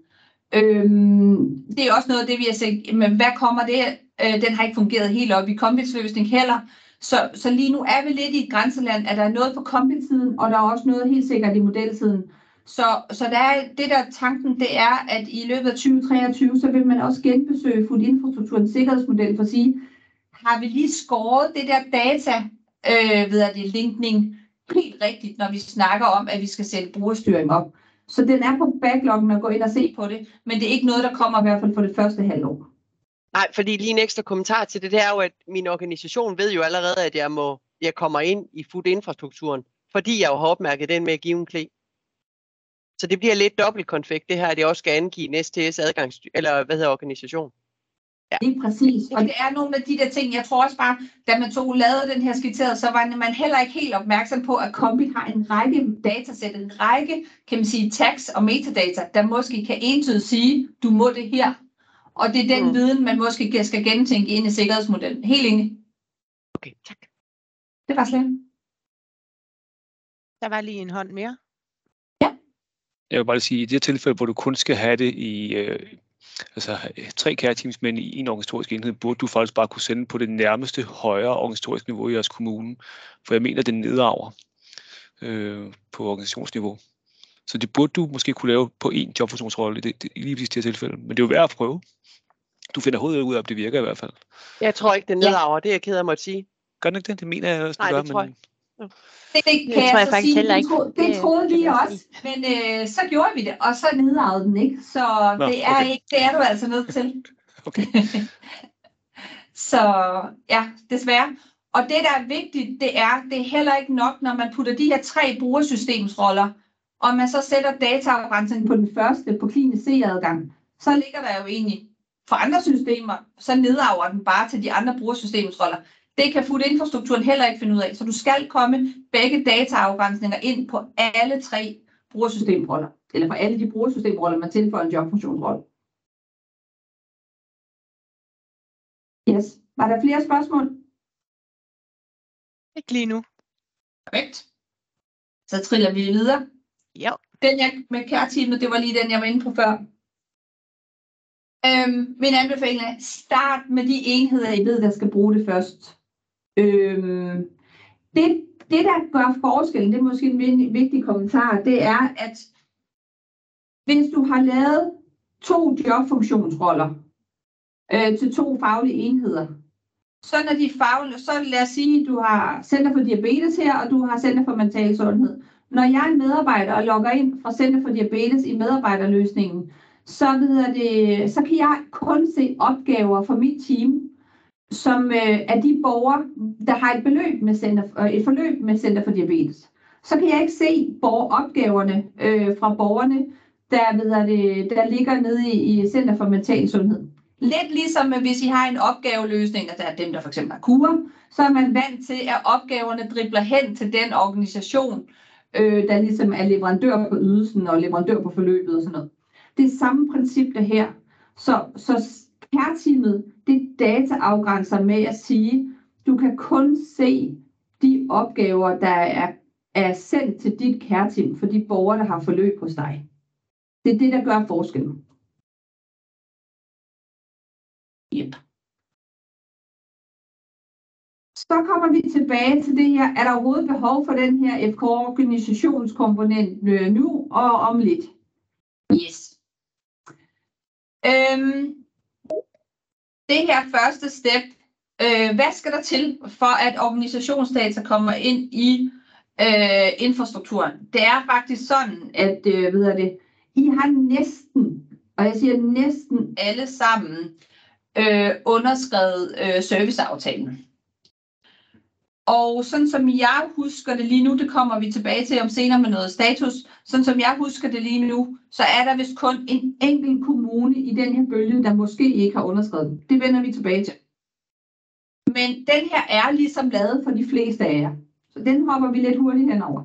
Det er også noget af det, vi har set, men hvad kommer det? Den har ikke fungeret helt op i Kombits-løsning heller. Så lige nu er vi lidt i et grænseland, at der er noget på Kombit-siden, og der er også noget helt sikkert i modelsiden. Så der er det der tanken, det er, at i løbet af 2023, så vil man også genbesøge food-infrastrukturens sikkerhedsmodel for at sige, har vi lige skåret det der data, linkning helt rigtigt, når vi snakker om, at vi skal sætte brugerstyring op. Så den er på backloggen og gå ind og se på det, men det er ikke noget, der kommer i hvert fald for det første halvår. Nej, fordi lige en ekstra kommentar til det, det er jo, at min organisation ved jo allerede, at jeg kommer ind i food-infrastrukturen, fordi jeg jo har opmærket den med at give en klik. Så det bliver lidt dobbeltkonfekt, det her, at jeg også skal angive en STS organisation. Ja. Det er præcis, og det er nogle af de der ting, jeg tror også bare, da man lavede den her skitseret, så var man heller ikke helt opmærksom på, at Kombit har en række datasæt, en række, kan man sige, tags og metadata, der måske kan entydigt sige, du må det her. Og det er den viden, man måske skal gentænke ind i sikkerhedsmodellen. Helt enig. Okay, tak. Det var slemt. Der var lige en hånd mere. Ja. Jeg vil bare sige, at i det tilfælde, hvor du kun skal have det i 3 care-teamsmænd i en organisatorisk enhed, burde du faktisk bare kunne sende på det nærmeste højere organisatoriske niveau i jeres kommune. For jeg mener, det nedarver på organisationsniveau. Så det burde du måske kunne lave på en jobfunktionsrolle i lige præcis det her tilfælde. Men det er jo værd at prøve. Du finder hovedet ud af, om det virker i hvert fald. Jeg tror ikke, det nedarver. Det er jeg ked af at måtte sige. Gør det ikke det? Det mener jeg også, det tror jeg. Det kan jeg så sige. Det troede vi også, men så gjorde vi det, og så nedarvede den ikke. Så det er du altså nødt til. Okay. Så ja, desværre. Og det, der er vigtigt, det er heller ikke nok, når man putter de her 3 brugersystemsroller, og man så sætter dataafgrænsningen på den første, på klinisk C-adgang, så ligger der jo egentlig for andre systemer, så nedarver den bare til de andre brugersystemsroller. Det kan food-infrastrukturen heller ikke finde ud af, så du skal komme begge dataafgrænsninger ind på alle 3 brugersystemroller, eller på alle de brugersystemroller, man tilføjer en jobfunktionsrolle. Yes. Var der flere spørgsmål? Ikke lige nu. Perfekt. Så triller vi videre. Ja. Den jeg med care-teamet, det var lige den, jeg var inde på før. Min anbefaling er, start med de enheder, I ved, der skal bruge det først. Det, der gør forskellen, det er måske en vigtig kommentar, det er, at hvis du har lavet 2 jobfunktionsroller til 2 faglige enheder, så når de faglige, så lad os sige, at du har Center for Diabetes her, og du har Center for Mental Sundhed. Når jeg er en medarbejder og logger ind fra Center for Diabetes i medarbejderløsningen, så kan jeg kun se opgaver for mit team, som er de borgere, der har et forløb med Center for Diabetes. Så kan jeg ikke se opgaverne fra borgerne, der ligger nede i Center for Mental Sundhed. Lidt ligesom hvis I har en opgaveløsning, og der er dem, der for eksempel har kurer, så er man vant til, at opgaverne dribler hen til den organisation, der ligesom er leverandør på ydelsen og leverandør på forløbet og sådan noget. Det er samme princip der her. Så care-teamet, det dataafgrænser med at sige, du kan kun se de opgaver, der er sendt til dit care-team for de borgere, der har forløb hos dig. Det er det, der gør forskellen. Yep. Så kommer vi tilbage til det her. Er der overhovedet behov for den her FK-organisationskomponent nu og om lidt? Yes. Det her første step. Hvad skal der til, for at organisationsdata kommer ind i infrastrukturen? Det er faktisk sådan, at I har næsten, og jeg siger næsten alle sammen, underskrevet serviceaftalen. Og sådan som jeg husker det lige nu, det kommer vi tilbage til om senere med noget status, sådan som jeg husker det lige nu, så er der vist kun en enkelt kommune i den her bølge, der måske ikke har underskrevet den. Det vender vi tilbage til. Men den her er ligesom lavet for de fleste af jer. Så den hopper vi lidt hurtigt henover.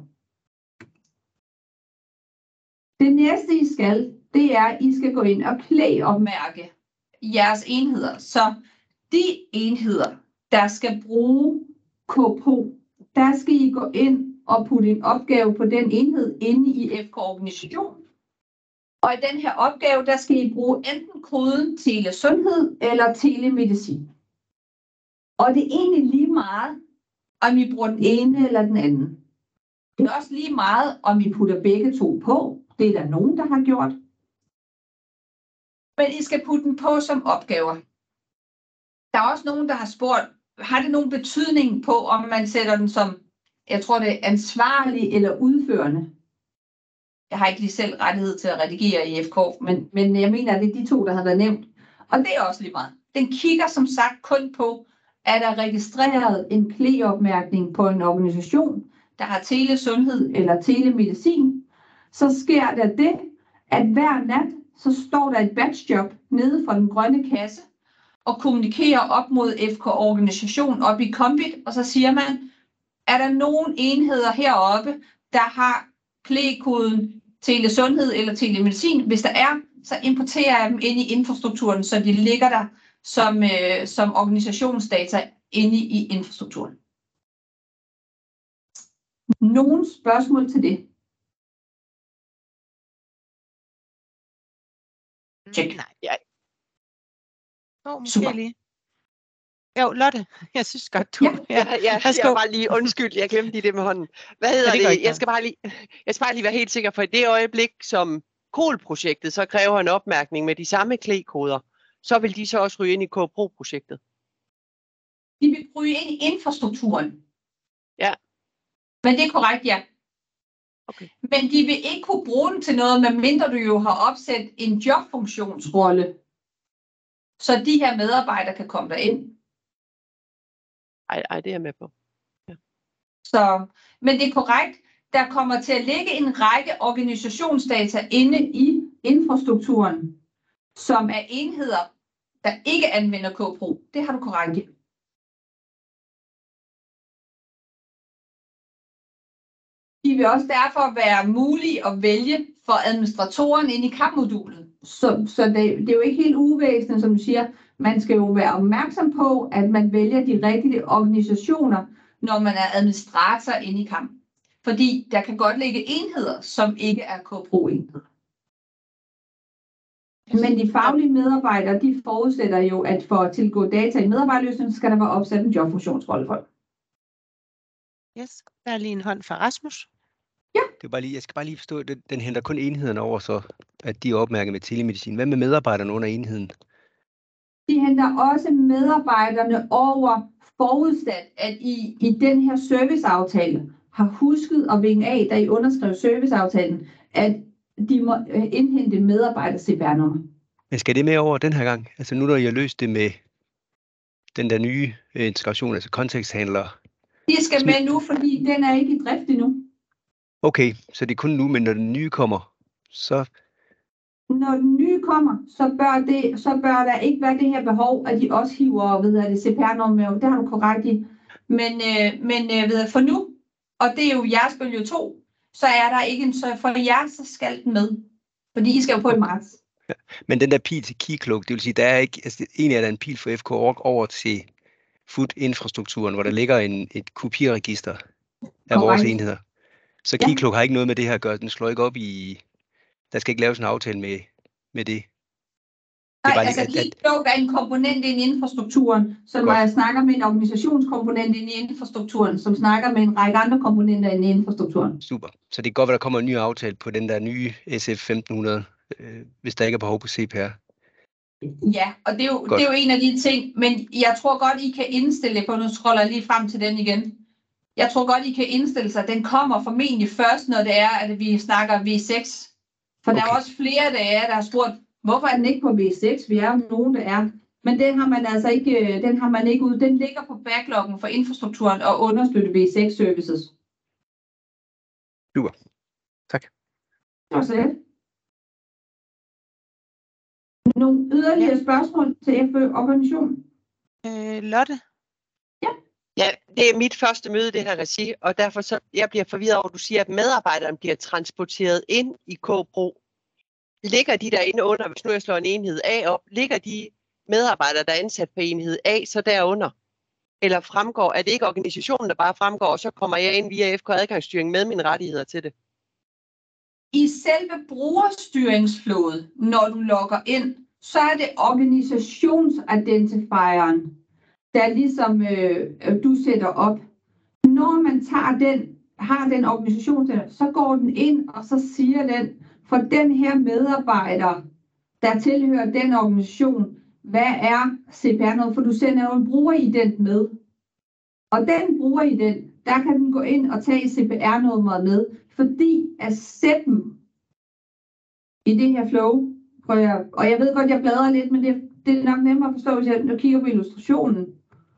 Det næste I skal, det er, at I skal gå ind og playopmærke jeres enheder. Så de enheder, der skal bruge KPRO, der skal I gå ind og putte en opgave på den enhed inde i FK-organisation. Og i den her opgave, der skal I bruge enten koden telesundhed eller telemedicin. Og det er egentlig lige meget, om I bruger den ene eller den anden. Det er også lige meget, om I putter begge to på. Det er der nogen, der har gjort. Men I skal putte den på som opgaver. Der er også nogen, der har spurgt, har det nogen betydning på, om man sætter den som, jeg tror det er ansvarlig eller udførende? Jeg har ikke lige selv rettighed til at redigere i FK, men jeg mener, at det er de to, der har været nævnt. Og det er også lige meget. Den kigger som sagt kun på, er der registreret en playopmærkning på en organisation, der har telesundhed eller telemedicin, så sker der det, at hver nat, så står der et batchjob nede for den grønne kasse, og kommunikerer op mod FK-organisation op i Kombit, og så siger man, er der nogen enheder heroppe, der har playkoden telesundhed eller telemedicin? Hvis der er, så importerer jeg dem ind i infrastrukturen, så de ligger der som organisationsdata inde i infrastrukturen. Nogle spørgsmål til det? Check. Nej, måske Super. lige. Jo, Lotte, jeg synes godt, du... Jeg skal bare lige undskyld, jeg glemte lige det med hånden. Hvad hedder det? Jeg skal bare lige være helt sikker, for i det øjeblik, som KOL-projektet så kræver en opmærkning med de samme klækoder, så vil de så også ryge ind i KPRO-projektet. De vil ryge ind i infrastrukturen. Ja. Men det er korrekt, ja. Okay. Men de vil ikke kunne bruge den til noget, medmindre du jo har opsat en jobfunktionsrolle, så de her medarbejdere kan komme derind. Ej, det er jeg med på. Ja. Så, men det er korrekt, der kommer til at ligge en række organisationsdata inde i infrastrukturen, som er enheder, der ikke anvender KPRO. Det har du korrekt i. De vil også derfor være mulige at vælge for administratoren inde i KAP-modulet. Så det er jo ikke helt uvæsentligt, som du siger. Man skal jo være opmærksom på, at man vælger de rigtige organisationer, når man er administrator inde i KAP. Fordi der kan godt ligge enheder, som ikke er KPRO-enheder. Men de faglige medarbejdere, de forudsætter jo, at for at tilgå data i medarbejderløsningen, skal der være opsat en jobfunktionsrolle for. Yes, der er lige en hånd fra Rasmus. Ja. Det er bare lige, jeg skal bare lige forstå, at den henter kun enhederne over, så at de er opmærket med telemedicin. Hvad med medarbejderne under enheden? De henter også medarbejderne over, forudsat, at I den her serviceaftale har husket at vinge af, da I underskrev serviceaftalen, at de må indhente medarbejder CPR-nummer. Men skal det med over den her gang? Altså nu, når I har løst det med den der nye integration, altså konteksthandler. De skal med nu, fordi den er ikke i drift endnu. Okay, så det er kun nu, men når den nye kommer, så... Når den nye kommer, så bør der ikke være det her behov, at de også hiver CPR-nummer med. Det har du korrekt i. Men for nu, og det er jo jeres bølge 2, så er der ikke en, så for jer, så skal den med. Fordi I skal jo på i marts. Ja. Men den der pil til KeyCloak, det vil sige, der er ikke, altså egentlig er der en pil fra FK.org over til Food-infrastrukturen, hvor der ligger et kopiregister af vores enheder. Så KeyCloak har ikke noget med det her at gøre. Den slår ikke op i... Der skal ikke laves en aftale med det. Nej, altså KeyCloak er en komponent ind i infrastrukturen, så når jeg snakker med en organisationskomponent ind i infrastrukturen, som snakker med en række andre komponenter ind i infrastrukturen. Super. Så det er godt, at der kommer en ny aftale på den der nye SF 1500, hvis der ikke er behov på CPR. Ja, og det er jo en af de ting, men jeg tror godt, I kan indstille på, nu scroller jeg lige frem til den igen. Jeg tror godt, I kan indstille sig, den kommer formentlig først, når det er, at vi snakker V6. For der er også flere, der har spurgt, hvorfor er den ikke på V6? Vi er jo nogen, der er. Men den har man altså ikke, ud. Den ligger på backloggen for infrastrukturen og understøtter V6 services. Super. Tak. Det var så det. Nogle yderligere spørgsmål til FØ-organisationen? Lotte? Ja, det er mit første møde i det her regi, og derfor så jeg bliver forvirret over, at du siger, at medarbejderne bliver transporteret ind i K-Pro. Ligger de derinde under, hvis nu jeg slår en enhed A op, ligger de medarbejdere, der er ansat på enhed A, så derunder? Eller fremgår, er det ikke organisationen, der bare fremgår, og så kommer jeg ind via FK adgangsstyring med mine rettigheder til det? I selve brugerstyringsflowet, når du logger ind, så er det organisationsidentifieren, der ligesom du sætter op. Når man har den organisation, så går den ind, og så siger den, for den her medarbejder, der tilhører den organisation, hvad er CPR-nummer? For du sender jo en brugerident med. Og den brugerident, der kan den gå ind og tage CPR-nummeret med, fordi at CEP'en i det her flow, og jeg ved godt, jeg bladrer lidt, men det er nok nemmere at forstå, hvis jeg kigger på illustrationen.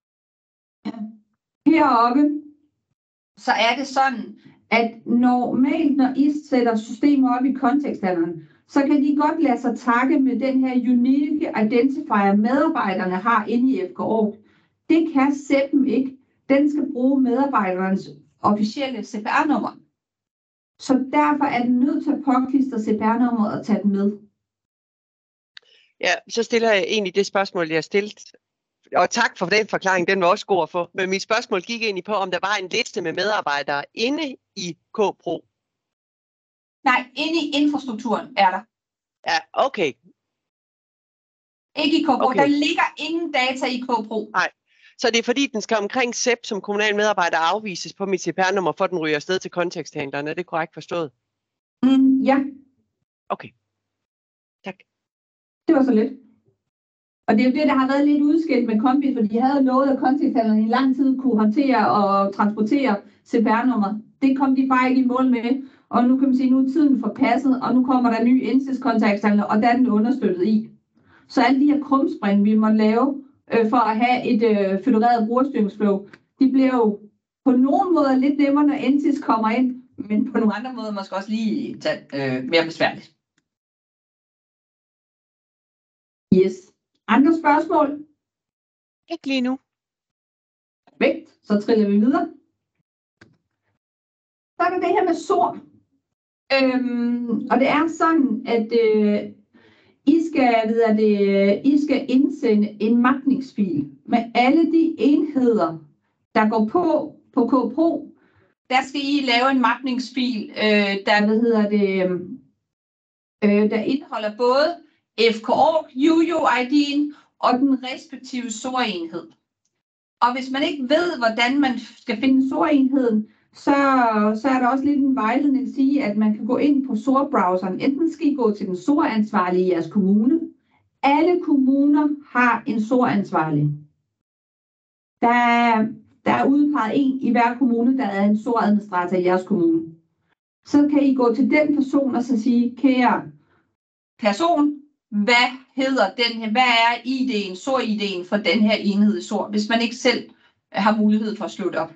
Heroppe, så er det sådan, at normalt, når I sætter systemer op i konteksthandleren, så kan de godt lade sig takke med den her unique identifier, medarbejderne har inde i FKO. Det kan CEP'en ikke. Den skal bruge medarbejderens officielle CPR-nummer. Så derfor er den nødt til at påklistre CPR-nummeret og tage den med. Ja, så stiller jeg egentlig det spørgsmål, jeg stillede. Og tak for den forklaring, den var også god at få. Men mit spørgsmål gik egentlig på, om der var en liste med medarbejdere inde i K-Pro. Nej, inde i infrastrukturen er der. Ja, okay. Ikke i K-Pro. Okay. Der ligger ingen data i K-Pro. Nej. Så det er fordi, den skal omkring CEP som kommunal medarbejder afvises på mit CPR-nummer, for den ryger afsted til konteksthandlerne. Er det korrekt forstået? Ja. Okay. Tak. Det var så lidt. Og det er jo det, der har været lidt udskilt med Kombi, for de havde lovet, at konteksthandlerne i lang tid kunne håndtere og transportere CPR-nummer. Det kom de bare ikke i mål med. Og nu kan man sige, nu er tiden forpasset, og nu kommer der ny indsatskonteksthandler, og der er den understøttet i. Så alle de her krumspring, vi må lave for at have et fødereret brugerstyringsflow, de bliver jo på nogle måder lidt nemmere, når NSIS kommer ind, men på nogle andre måder måske også lige mere besværligt. Yes. Andre spørgsmål? Ikke lige nu. Perfekt. Så triller vi videre. Så er der det her med SOR. Og det er sådan, at I skal indsende en mapningsfil med alle de enheder, der går på K-Pro. Der skal I lave en mapningsfil, der indeholder både FKO, UUID'en og den respektive SOR-enhed. Og hvis man ikke ved, hvordan man skal finde SOR-enheden, så er der også lidt en vejledning at sige, at man kan gå ind på SOR-browseren. Enten skal I gå til den SOR-ansvarlige i jeres kommune. Alle kommuner har en SOR-ansvarlig. Der er udpeget en i hver kommune, der er en SOR-administrator i jeres kommune. Så kan I gå til den person og så sige, kære person, hvad er ID'en, SOR-ID'en for den her enhed i SOR, hvis man ikke selv har mulighed for at slå det op.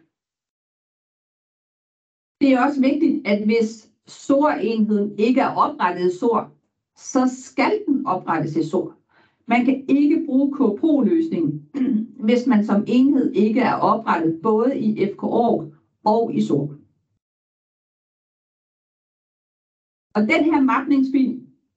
Det er også vigtigt, at hvis SOR-enheden ikke er oprettet i SOR, så skal den oprettes i SOR. Man kan ikke bruge K-Pro-løsningen, hvis man som enhed ikke er oprettet både i FKO og i SOR. Og den her mapningsfil,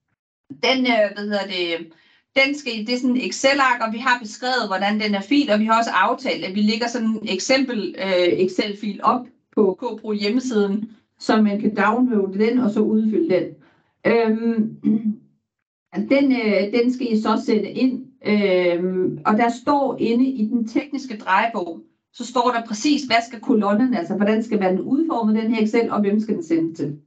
det er sådan en Excel-ark, og vi har beskrevet, hvordan den er fil, og vi har også aftalt, at vi lægger sådan en Excel-fil op på K-Pro hjemmesiden, så man kan downloade den og så udfylde den. Den skal I så sætte ind, og der står inde i den tekniske drejebog, så står der præcis, hvad skal kolonnen, altså hvordan skal den udforme den her Excel, og hvem skal den sende til.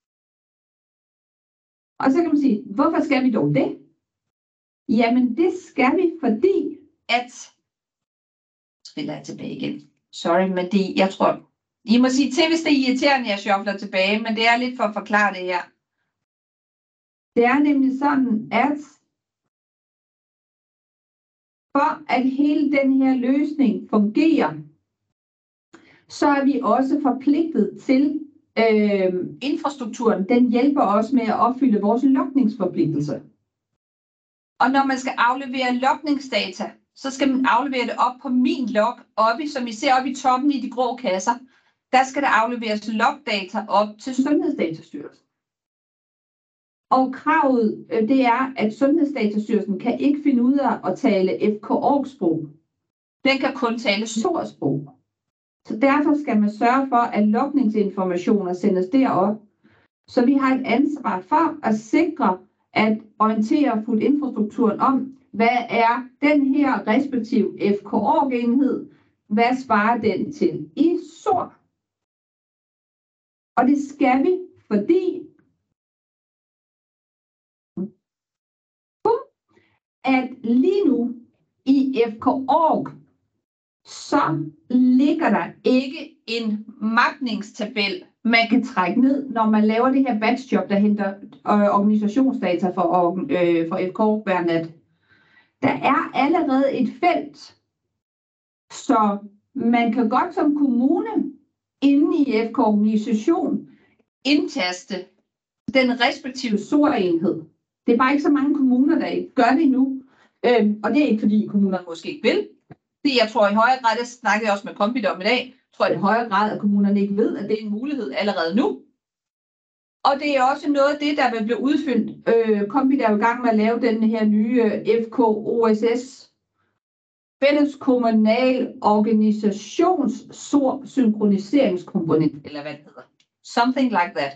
Og så kan man sige, hvorfor skal vi dog det? Jamen det skal vi, fordi at... Spiller jeg tilbage igen. Sorry, men jeg tror... I må sige til, hvis det er irriterende, jeg shuffler tilbage, men det er lidt for at forklare det her. Det er nemlig sådan, at for at hele den her løsning fungerer, så er vi også forpligtet til infrastrukturen. Den hjælper os med at opfylde vores logningsforpligtelse. Og når man skal aflevere logningsdata, så skal man aflevere det op på min log, som I ser oppe i toppen i de grå kasser. Der skal der afleveres logdata op til Sundhedsdatastyrelsen. Og kravet, det er, at Sundhedsdatastyrelsen kan ikke finde ud af at tale FK-org-sprog. Den kan kun tale SOR-sprog. Så derfor skal man sørge for, at logningsinformationer sendes derop. Så vi har et ansvar for at sikre, at orientere FUD-infrastrukturen om, hvad er den her respektive FK-org-enhed, hvad svarer den til i SOR. Og det skal vi, fordi at lige nu i FK-org, så ligger der ikke en mapningstabel, man kan trække ned, når man laver det her batchjob, der henter organisationsdata for FK-org hver nat. Der er allerede et felt, så man kan godt som kommune inde i FK-organisation indtaste den respektive SOR-enhed. Det er bare ikke så mange kommuner, der gør det nu. Og det er ikke fordi kommunerne måske ikke vil. Det jeg tror i højere grad, det snakkede jeg også med Kompit om i dag, tror jeg i højere grad, at kommunerne ikke ved, at det er en mulighed allerede nu. Og det er også noget af det, der vil blive udfyldt. Kompit er jo i gang med at lave den her nye FK-OSS, Fælles Kommunal Organisations SOR-synkroniseringskomponent, eller hvad det hedder. Something like that.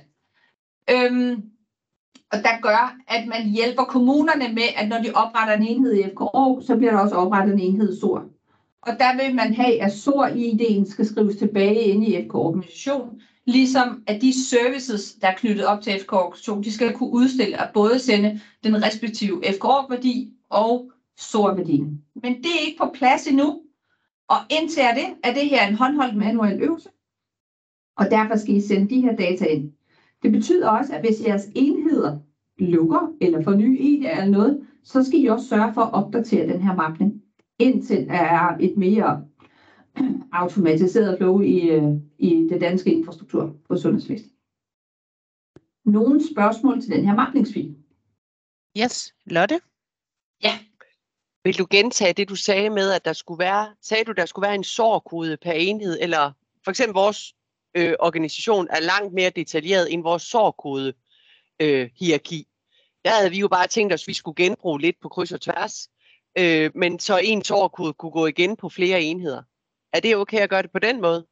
Og der gør, at man hjælper kommunerne med, at når de opretter en enhed i FK-org, så bliver der også oprettet en enhed SOR. Og der vil man have, at SOR-ID'en skal skrives tilbage inde i FK-organisationen, ligesom at de services, der er knyttet op til FK-organisation, de skal kunne udstille at både sende den respektive FK-org-værdi og SOR-værdien. Men det er ikke på plads endnu, og indtil er det her en håndholdt manuel øvelse, og derfor skal I sende de her data ind. Det betyder også, at hvis jeres enheder lukker eller får nye ID eller noget, så skal I også sørge for at opdatere den her mapning, indtil der er et mere automatiseret flow i det danske infrastruktur på sundhedsvæsenet. Nogle spørgsmål til den her mapningsfil? Yes, Lotte? Ja. Vil du gentage det, du sagde med, at der skulle være en SOR-kode per enhed, eller for eksempel vores organisation er langt mere detaljeret end vores SOR-kode hierarki. Der havde vi jo bare tænkt os, at vi skulle genbruge lidt på kryds og tværs, men så en SOR-kode kunne gå igen på flere enheder. Er det okay at gøre det på den måde?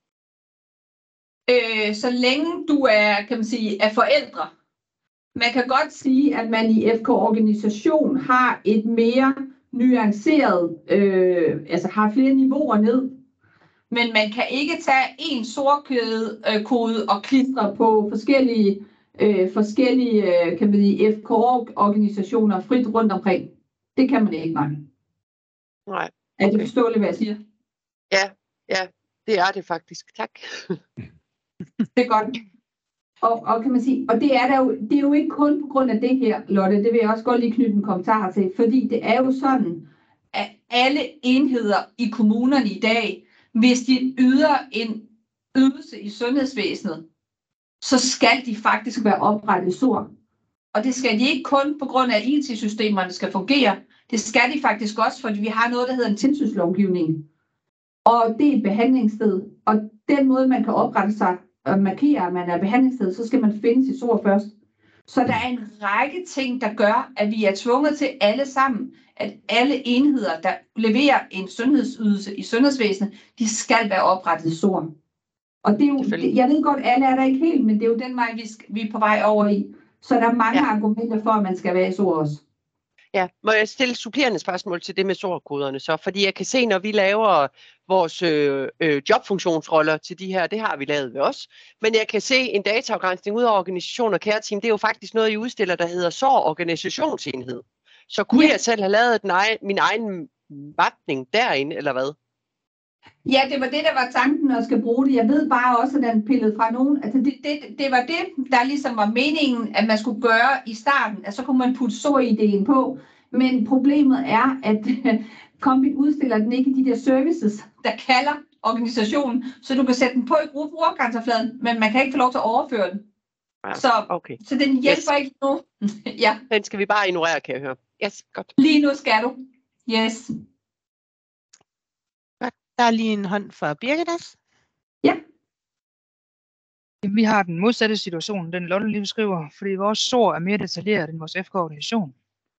Så længe du er, kan man sige, er forældre. Man kan godt sige, at man i FK-organisation har et mere nuanceret, altså har flere niveauer ned. Men man kan ikke tage en SOR-kode og klistre på forskellige kan man sige, FK-organisationer frit rundt omkring. Det kan man ikke, mange. Nej. Okay. Er det forståeligt, hvad jeg siger? Ja, det er det faktisk. Tak. Det er godt. Og kan man sige, og det er jo ikke kun på grund af det her, Lotte, det vil jeg også godt lige knytte en kommentar til, fordi det er jo sådan, at alle enheder i kommunerne i dag, hvis de yder en ydelse i sundhedsvæsenet, så skal de faktisk være oprettet i SOR. Og det skal de ikke kun på grund af, at IT-systemerne skal fungere. Det skal de faktisk også, fordi vi har noget, der hedder en tilsynslovgivning. Og det er et behandlingssted. Og den måde, man kan oprette sig og markere, at man er behandlingssted, så skal man finde sit SOR først. Så der er en række ting, der gør, at vi er tvunget til alle sammen, at alle enheder, der leverer en sundhedsydelse i sundhedsvæsenet, de skal være oprettet i SOR. Og det er jo, jeg ved godt, alle er der ikke helt, men det er jo den vej, vi er på vej over i. Så der er mange argumenter for, at man skal være i SOR også. Ja, må jeg stille supplerende spørgsmål til det med SOR-koderne så? Fordi jeg kan se, når vi laver vores jobfunktionsroller til de her, det har vi lavet ved os, men jeg kan se en dataafgrænsning ud af organisation og care team, det er jo faktisk noget, I udstiller, der hedder SOR-organisationsenhed. Så kunne jeg selv have lavet min egen mapning derinde, eller hvad? Ja, det var det, der var tanken at skal bruge det. Jeg ved bare også, at den pillede fra nogen. Altså det var det, der ligesom var meningen, at man skulle gøre i starten. At så kunne man putte SOR-idéen på. men problemet er, at Kombit udstiller den ikke i de der services, der kalder organisationen, så du kan sætte den på i brugergrænsefladen, men man kan ikke få lov til at overføre den. Ja, Så, okay. så den hjælper ikke nu. Ja. Den skal vi bare ignorere, kan jeg høre. Yes, godt. Lige nu skal du. Yes. Godt. Der er lige en hånd for Birgitas. Ja. Vi har den modsatte situation, den Lotte lige beskriver, fordi vores SOR er mere detaljeret end vores FK-organisation.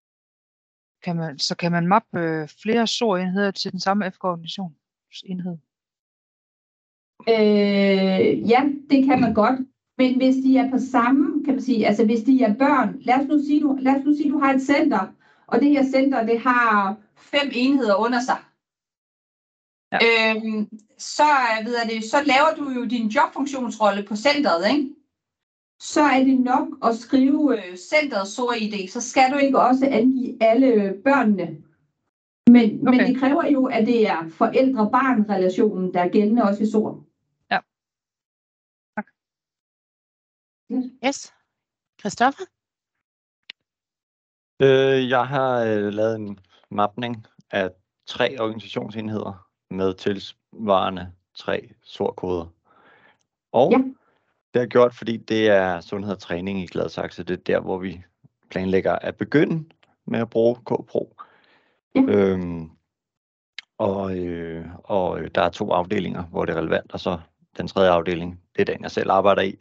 Kan man mappe flere SOR-enheder til den samme FK-organisationsenhed? Ja, det kan man godt. Men hvis de er på samme, kan man sige, altså hvis de er børn, lad os nu sige, du har et center, og det her center, det har 5 enheder under sig. Ja. Så laver du jo din jobfunktionsrolle på centeret, ikke? Så er det nok at skrive centerets SOR-ID, så skal du ikke også angive alle børnene. Men det kræver jo, at det er forældre-barn-relationen, der er gældende også i SOR. Ja. Tak. Yes. Christoffer? Jeg har lavet en mapning af 3 organisationsenheder med tilsvarende 3 SOR-koder. Og det har jeg gjort, fordi det er sundhed og træning i Gladsaxe. Det er der, hvor vi planlægger at begynde med at bruge KPRO. Ja. Og der er 2 afdelinger, hvor det er relevant, og så den 3. afdeling, det er den, jeg selv arbejder i.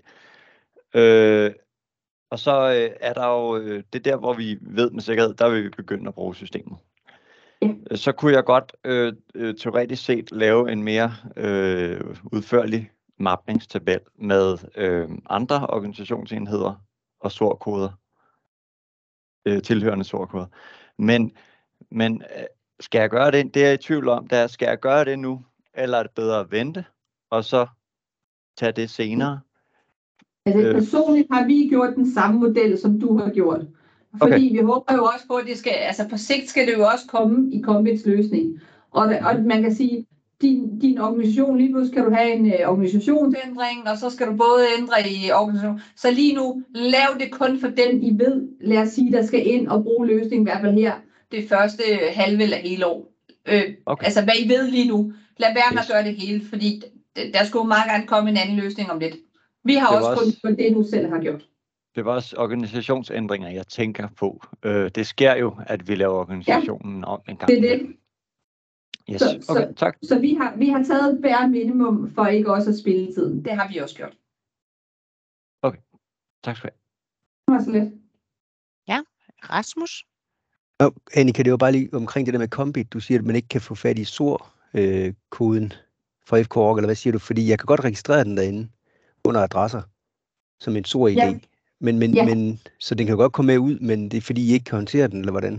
Og så er der jo, det er der, hvor vi ved med sikkerhed, der vil vi begynde at bruge systemet. Ja. Så kunne jeg godt teoretisk set lave en mere udførlig mapningstabel med andre organisationsenheder og SOR-koder, tilhørende SOR-koder. Men skal jeg gøre det? Det er jeg i tvivl om. Skal jeg gøre det nu, eller er det bedre at vente, og så tage det senere? Altså personligt har vi gjort den samme model, som du har gjort. Fordi vi håber jo også på, at det skal, altså på sigt skal det jo også komme i Kombits løsning. Og man kan sige, din organisation, lige pludselig skal du have en organisationsændring, og så skal du både ændre i organisation. Så lige nu, lav det kun for dem, I ved, lad os sige, der skal ind og bruge løsningen, i hvert fald her, det første halve eller hele år. Altså hvad I ved lige nu. Lad være med at gøre det hele, fordi der skulle meget gerne komme en anden løsning om lidt. Vi har også kun det, du selv har gjort. Det var også organisationsændringer, jeg tænker på. Det sker jo, at vi laver organisationen om en gang. Det er det. Yes. Tak. Så vi har taget bare minimum for ikke også at spille tiden. Det har vi også gjort. Okay. Tak skal du have. Det var så lidt. Ja, Rasmus? Annika, det var bare lige omkring det der med Kombit. Du siger, at man ikke kan få fat i SOR-koden fra FK-org, eller hvad siger du? Fordi jeg kan godt registrere den derinde under adresser som en SOR-ID. Ja. Men så den kan godt komme med ud, men det er fordi I ikke kan håndtere den, eller hvordan?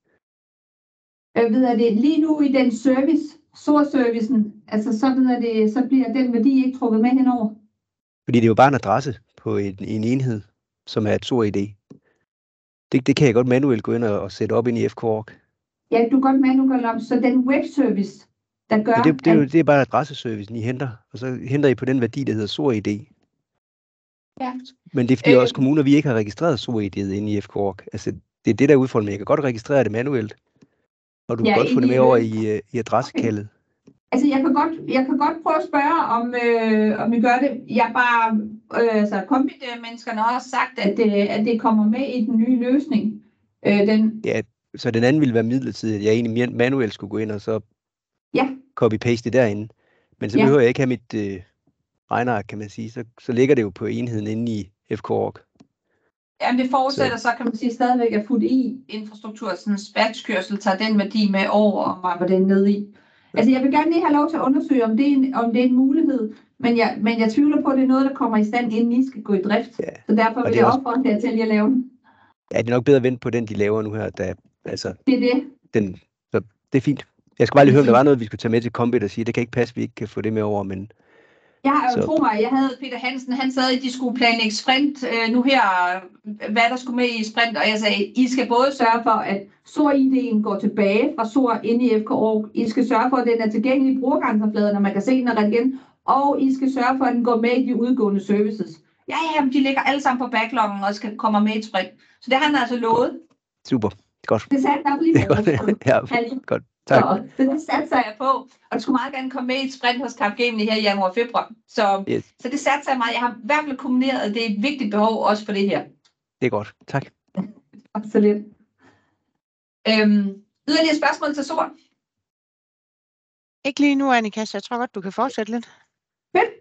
Lige nu i den service, SOR-servicen, altså så bliver den værdi ikke trukket med henover. Fordi det er jo bare en adresse på en enhed, som er et SOR-ID. Det kan jeg godt manuelt gå ind og sætte op ind i FK-org. Ja, du kan godt manuelt op, så den webservice, der gør... Det er bare adresseservicen, I henter, og så henter I på den værdi, der hedder SOR-ID. Ja. Men det er fordi også kommuner, vi ikke har registreret SOR-ID'et inde i FK-org. Altså, det er det, der er udfordringen, men jeg kan godt registrere det manuelt. Og du kan godt få det med over i adressekaldet. Okay. Altså, jeg kan godt prøve at spørge, om vi gør det. Jeg bare, Kombit-menneskerne har også sagt, at det kommer med i den nye løsning. Ja, så den anden ville være midlertidig, at jeg egentlig manuelt skulle gå ind og så copy-paste det derinde. Men så behøver jeg ikke have mit regneark, kan man sige. Så ligger det jo på enheden inde i FK-org. Jamen det forudsætter så kan man sige stadigvæk at putte i infrastruktur, sådan en batchkørsel, tager den værdi med over og mapper den ned i. Altså jeg vil gerne lige have lov til at undersøge, om det er en mulighed, men jeg tvivler på, at det er noget, der kommer i stand, inden I skal gå i drift. Ja. Så derfor vil jeg opfordre jer til at lave den. Ja, det er nok bedre at vente på den, de laver nu her. Det er det. Så det er fint. Jeg skal bare lige høre, om der var noget, vi skulle tage med til Kombit og sige, det kan ikke passe, vi ikke kan få det med over, men... Jeg havde Peter Hansen, han sad i, de skulle planlægge sprint nu her, hvad der skulle med i sprint, og jeg sagde, I skal både sørge for, at SOR-ID'en går tilbage fra SOR inde i FK-org, I skal sørge for, at den er tilgængelig i brugergrænsefladen, når man kan se den og igen, og I skal sørge for, at den går med i de udgående services. Ja, de ligger alle sammen på backloggen og kommer med i et sprint. Så det har han altså lovet. Super. Godt. Det satte jeg lige godt. Tak. Så det satser jeg på. Og du skulle meget gerne komme med i et sprint hos Capgemini her i januar og februar. Så det satser jeg meget. Jeg har i hvert fald kommuneret, at det er et vigtigt behov også for det her. Det er godt. Tak. Absolut. Yderligere spørgsmål til Sol? Ikke lige nu, Annika, så jeg tror godt, du kan fortsætte lidt. Fedt.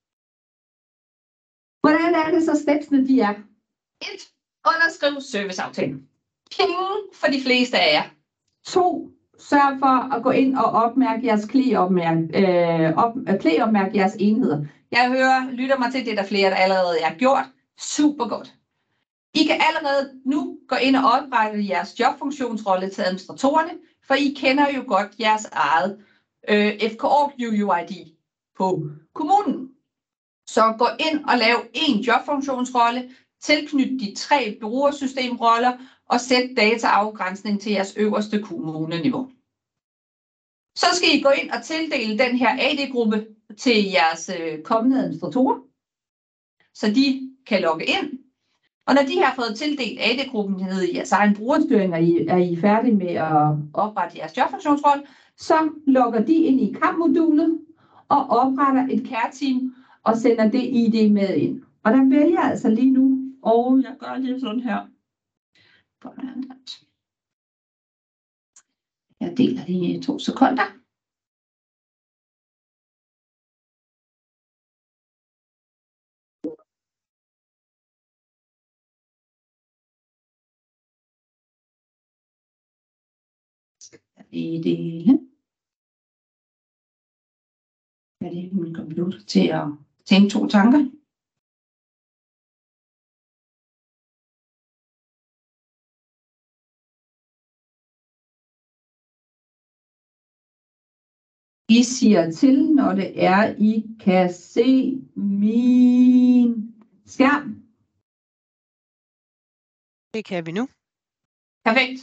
Hvordan er det så stepsene, de er? 1. Underskriv serviceaftalen. Penge for de fleste af jer. 2. Sørg for at gå ind og opmærke jeres klæopmærke jeres enheder. Jeg lytter mig til, det er der flere, der allerede er gjort. Super godt. I kan allerede nu gå ind og oprette jeres jobfunktionsrolle til administratorerne, for I kender jo godt jeres eget FK-org UUID på kommunen. Så gå ind og lav en jobfunktionsrolle, tilknyt de 3 brugersystemroller og sæt dataafgrænsning til jeres øverste kommuneniveau. Så skal I gå ind og tildele den her AD-gruppe til jeres kommende administratorer, så de kan logge ind. Og når de har fået tildelt AD-gruppen ned i jeres egen brugerstyring, og er I færdige med at oprette jeres jobfunktionsrolle, så logger de ind i KAM-modulet og opretter et care-team og sender det ID med ind. Og der vælger jeg altså lige nu, og jeg gør lige sådan her. Jeg deler lige 2 sekunder. Jeg lige min computer til at tænke 2 tanker. I siger til, når det er, I kan se min skærm. Det kan vi nu. Perfekt.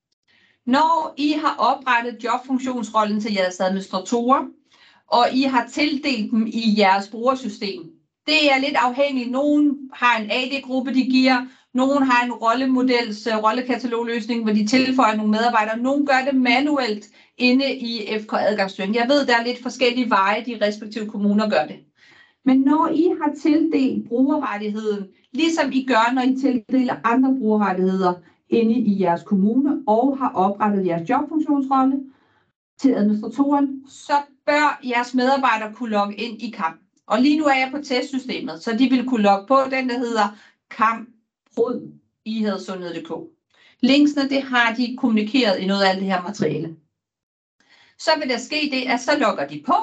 Når I har oprettet jobfunktionsrollen til jeres administratorer, og I har tildelt dem i jeres brugersystem, det er lidt afhængigt. Nogen har en AD-gruppe, de giver. Nogen har en rollekatalogløsning, hvor de tilføjer nogle medarbejdere. Nogen gør det manuelt inde i FK-adgangsstyring. Jeg ved, der er lidt forskellige veje, de respektive kommuner gør det. Men når I har tildelt brugerrettigheden, ligesom I gør, når I tildeler andre brugerrettigheder inde i jeres kommune, og har oprettet jeres jobfunktionsrolle til administratoren, så bør jeres medarbejdere kunne logge ind i KAM. Og lige nu er jeg på testsystemet, så de vil kunne logge på den, der hedder KAM Prod i hadsundhed.dk. Linksene, det har de kommunikeret i noget af det her materiale. Så vil der ske det, at så logger de på.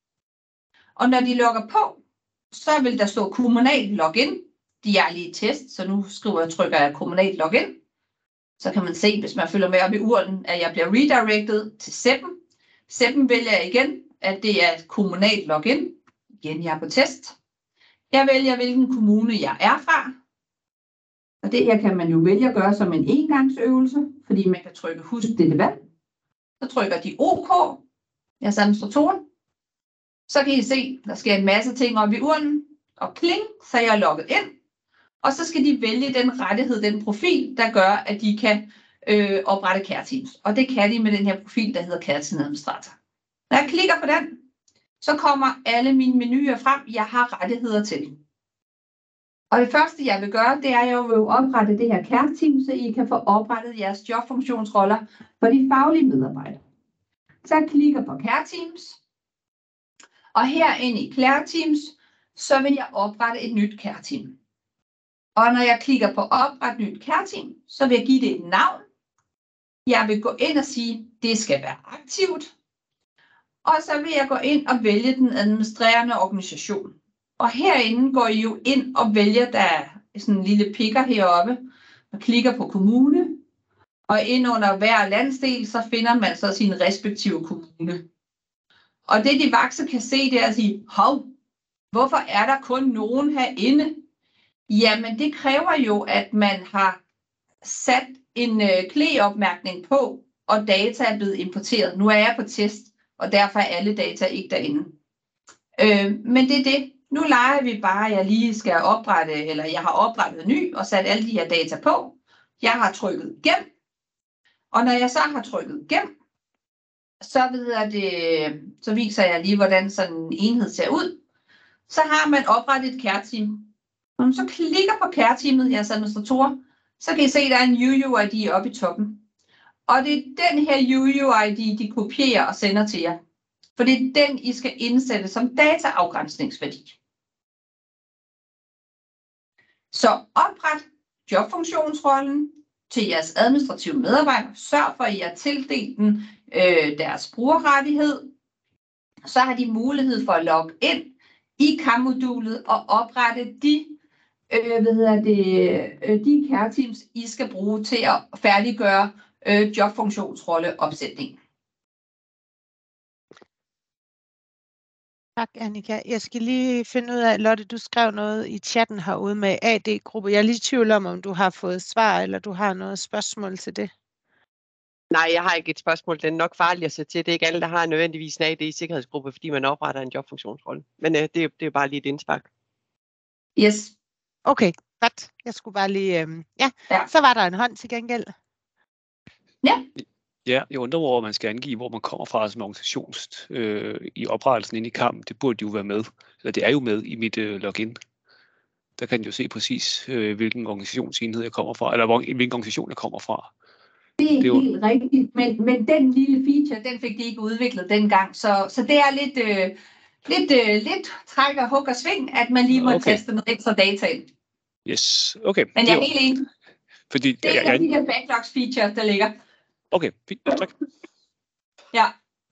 Og når de logger på, så vil der stå kommunal login. De er lige i test, så nu trykker jeg kommunal login. Så kan man se, hvis man følger med op i urlen, at jeg bliver redirected til SEP'en. SEP'en vælger jeg igen, at det er et kommunalt login. Igen, jeg er på test. Jeg vælger, hvilken kommune jeg er fra. Og det her kan man jo vælge at gøre som en engangsøvelse, fordi man kan trykke husk dette valg. Så trykker de OK, jeres administratorer. Så kan I se, der sker en masse ting op i urlen. Og kling, så er jeg logget ind. Og så skal de vælge den rettighed, den profil, der gør, at de kan oprette care teams. Og det kan de med den her profil, der hedder care team administrator. Når jeg klikker på den, så kommer alle mine menuer frem, jeg har rettigheder til. Og det første, jeg vil gøre, det er, at jeg vil oprette det her care team, så I kan få oprettet jeres jobfunktionsroller for de faglige medarbejdere. Så jeg klikker på care teams. Og herinde i care teams, så vil jeg oprette et nyt care team. Og når jeg klikker på opret nyt care team, så vil jeg give det et navn. Jeg vil gå ind og sige, at det skal være aktivt. Og så vil jeg gå ind og vælge den administrerende organisation. Og herinde går I jo ind og vælger, der er sådan en lille picker heroppe, og klikker på kommune. Og ind under hver landsdel, så finder man så sin respektive kommune. Og det de vakse kan se, det er at sige, hov, hvorfor er der kun nogen herinde? Jamen det kræver jo, at man har sat en klæopmærkning på, og data er blevet importeret. Nu er jeg på test, og derfor er alle data ikke derinde. Men det er det. Nu leger vi bare, at jeg lige skal oprette, eller jeg har oprettet ny og sat alle de her data på. Jeg har trykket igen. Og når jeg så har trykket gem, så viser jeg lige, hvordan sådan en enhed ser ud. Så har man oprettet et care-team. Når man så klikker på care-teamet, jeres administratorer, så kan I se, at der er en UUID oppe i toppen. Og det er den her UUID, de kopierer og sender til jer. For det er den, I skal indsætte som dataafgrænsningsværdi. Så opret jobfunktionsrollen til jeres administrative medarbejdere. Sørg for, at I har tildelt dem deres brugerrettighed. Så har de mulighed for at logge ind i CAM-modulet og oprette de care-teams, I skal bruge til at færdiggøre jobfunktionsrolleopsætningen. Tak, Annika. Jeg skal lige finde ud af, Lotte, du skrev noget i chatten herude med AD-gruppe. Jeg er lige i tvivl om du har fået svar, eller du har noget spørgsmål til det. Nej, jeg har ikke et spørgsmål. Det er nok farligt at sætte til. Det er ikke alle, der har nødvendigvis en AD-sikkerhedsgruppe, fordi man opretter en jobfunktionsrolle. Men det er jo bare lige et indspark. Yes. Okay, godt. Jeg skulle bare lige... Ja, så var der en hånd til gengæld. Ja. Ja, jeg undrer over, at man skal angive, hvor man kommer fra som organisation i oprettelsen inde i CAM. Det burde jo være med. Eller det er jo med i mit login. Der kan jeg jo se præcis, hvilken organisationsenhed jeg kommer fra, eller hvilken organisation jeg kommer fra. Det er helt rigtigt, men den lille feature, den fik de ikke udviklet dengang, så det er lidt træk og hug og sving, at man lige må teste noget ekstra data ind. Yes, okay. Men jeg er helt enig. Fordi, det er de her backlogs feature, der ligger. Okay, fint. Tak. Ja.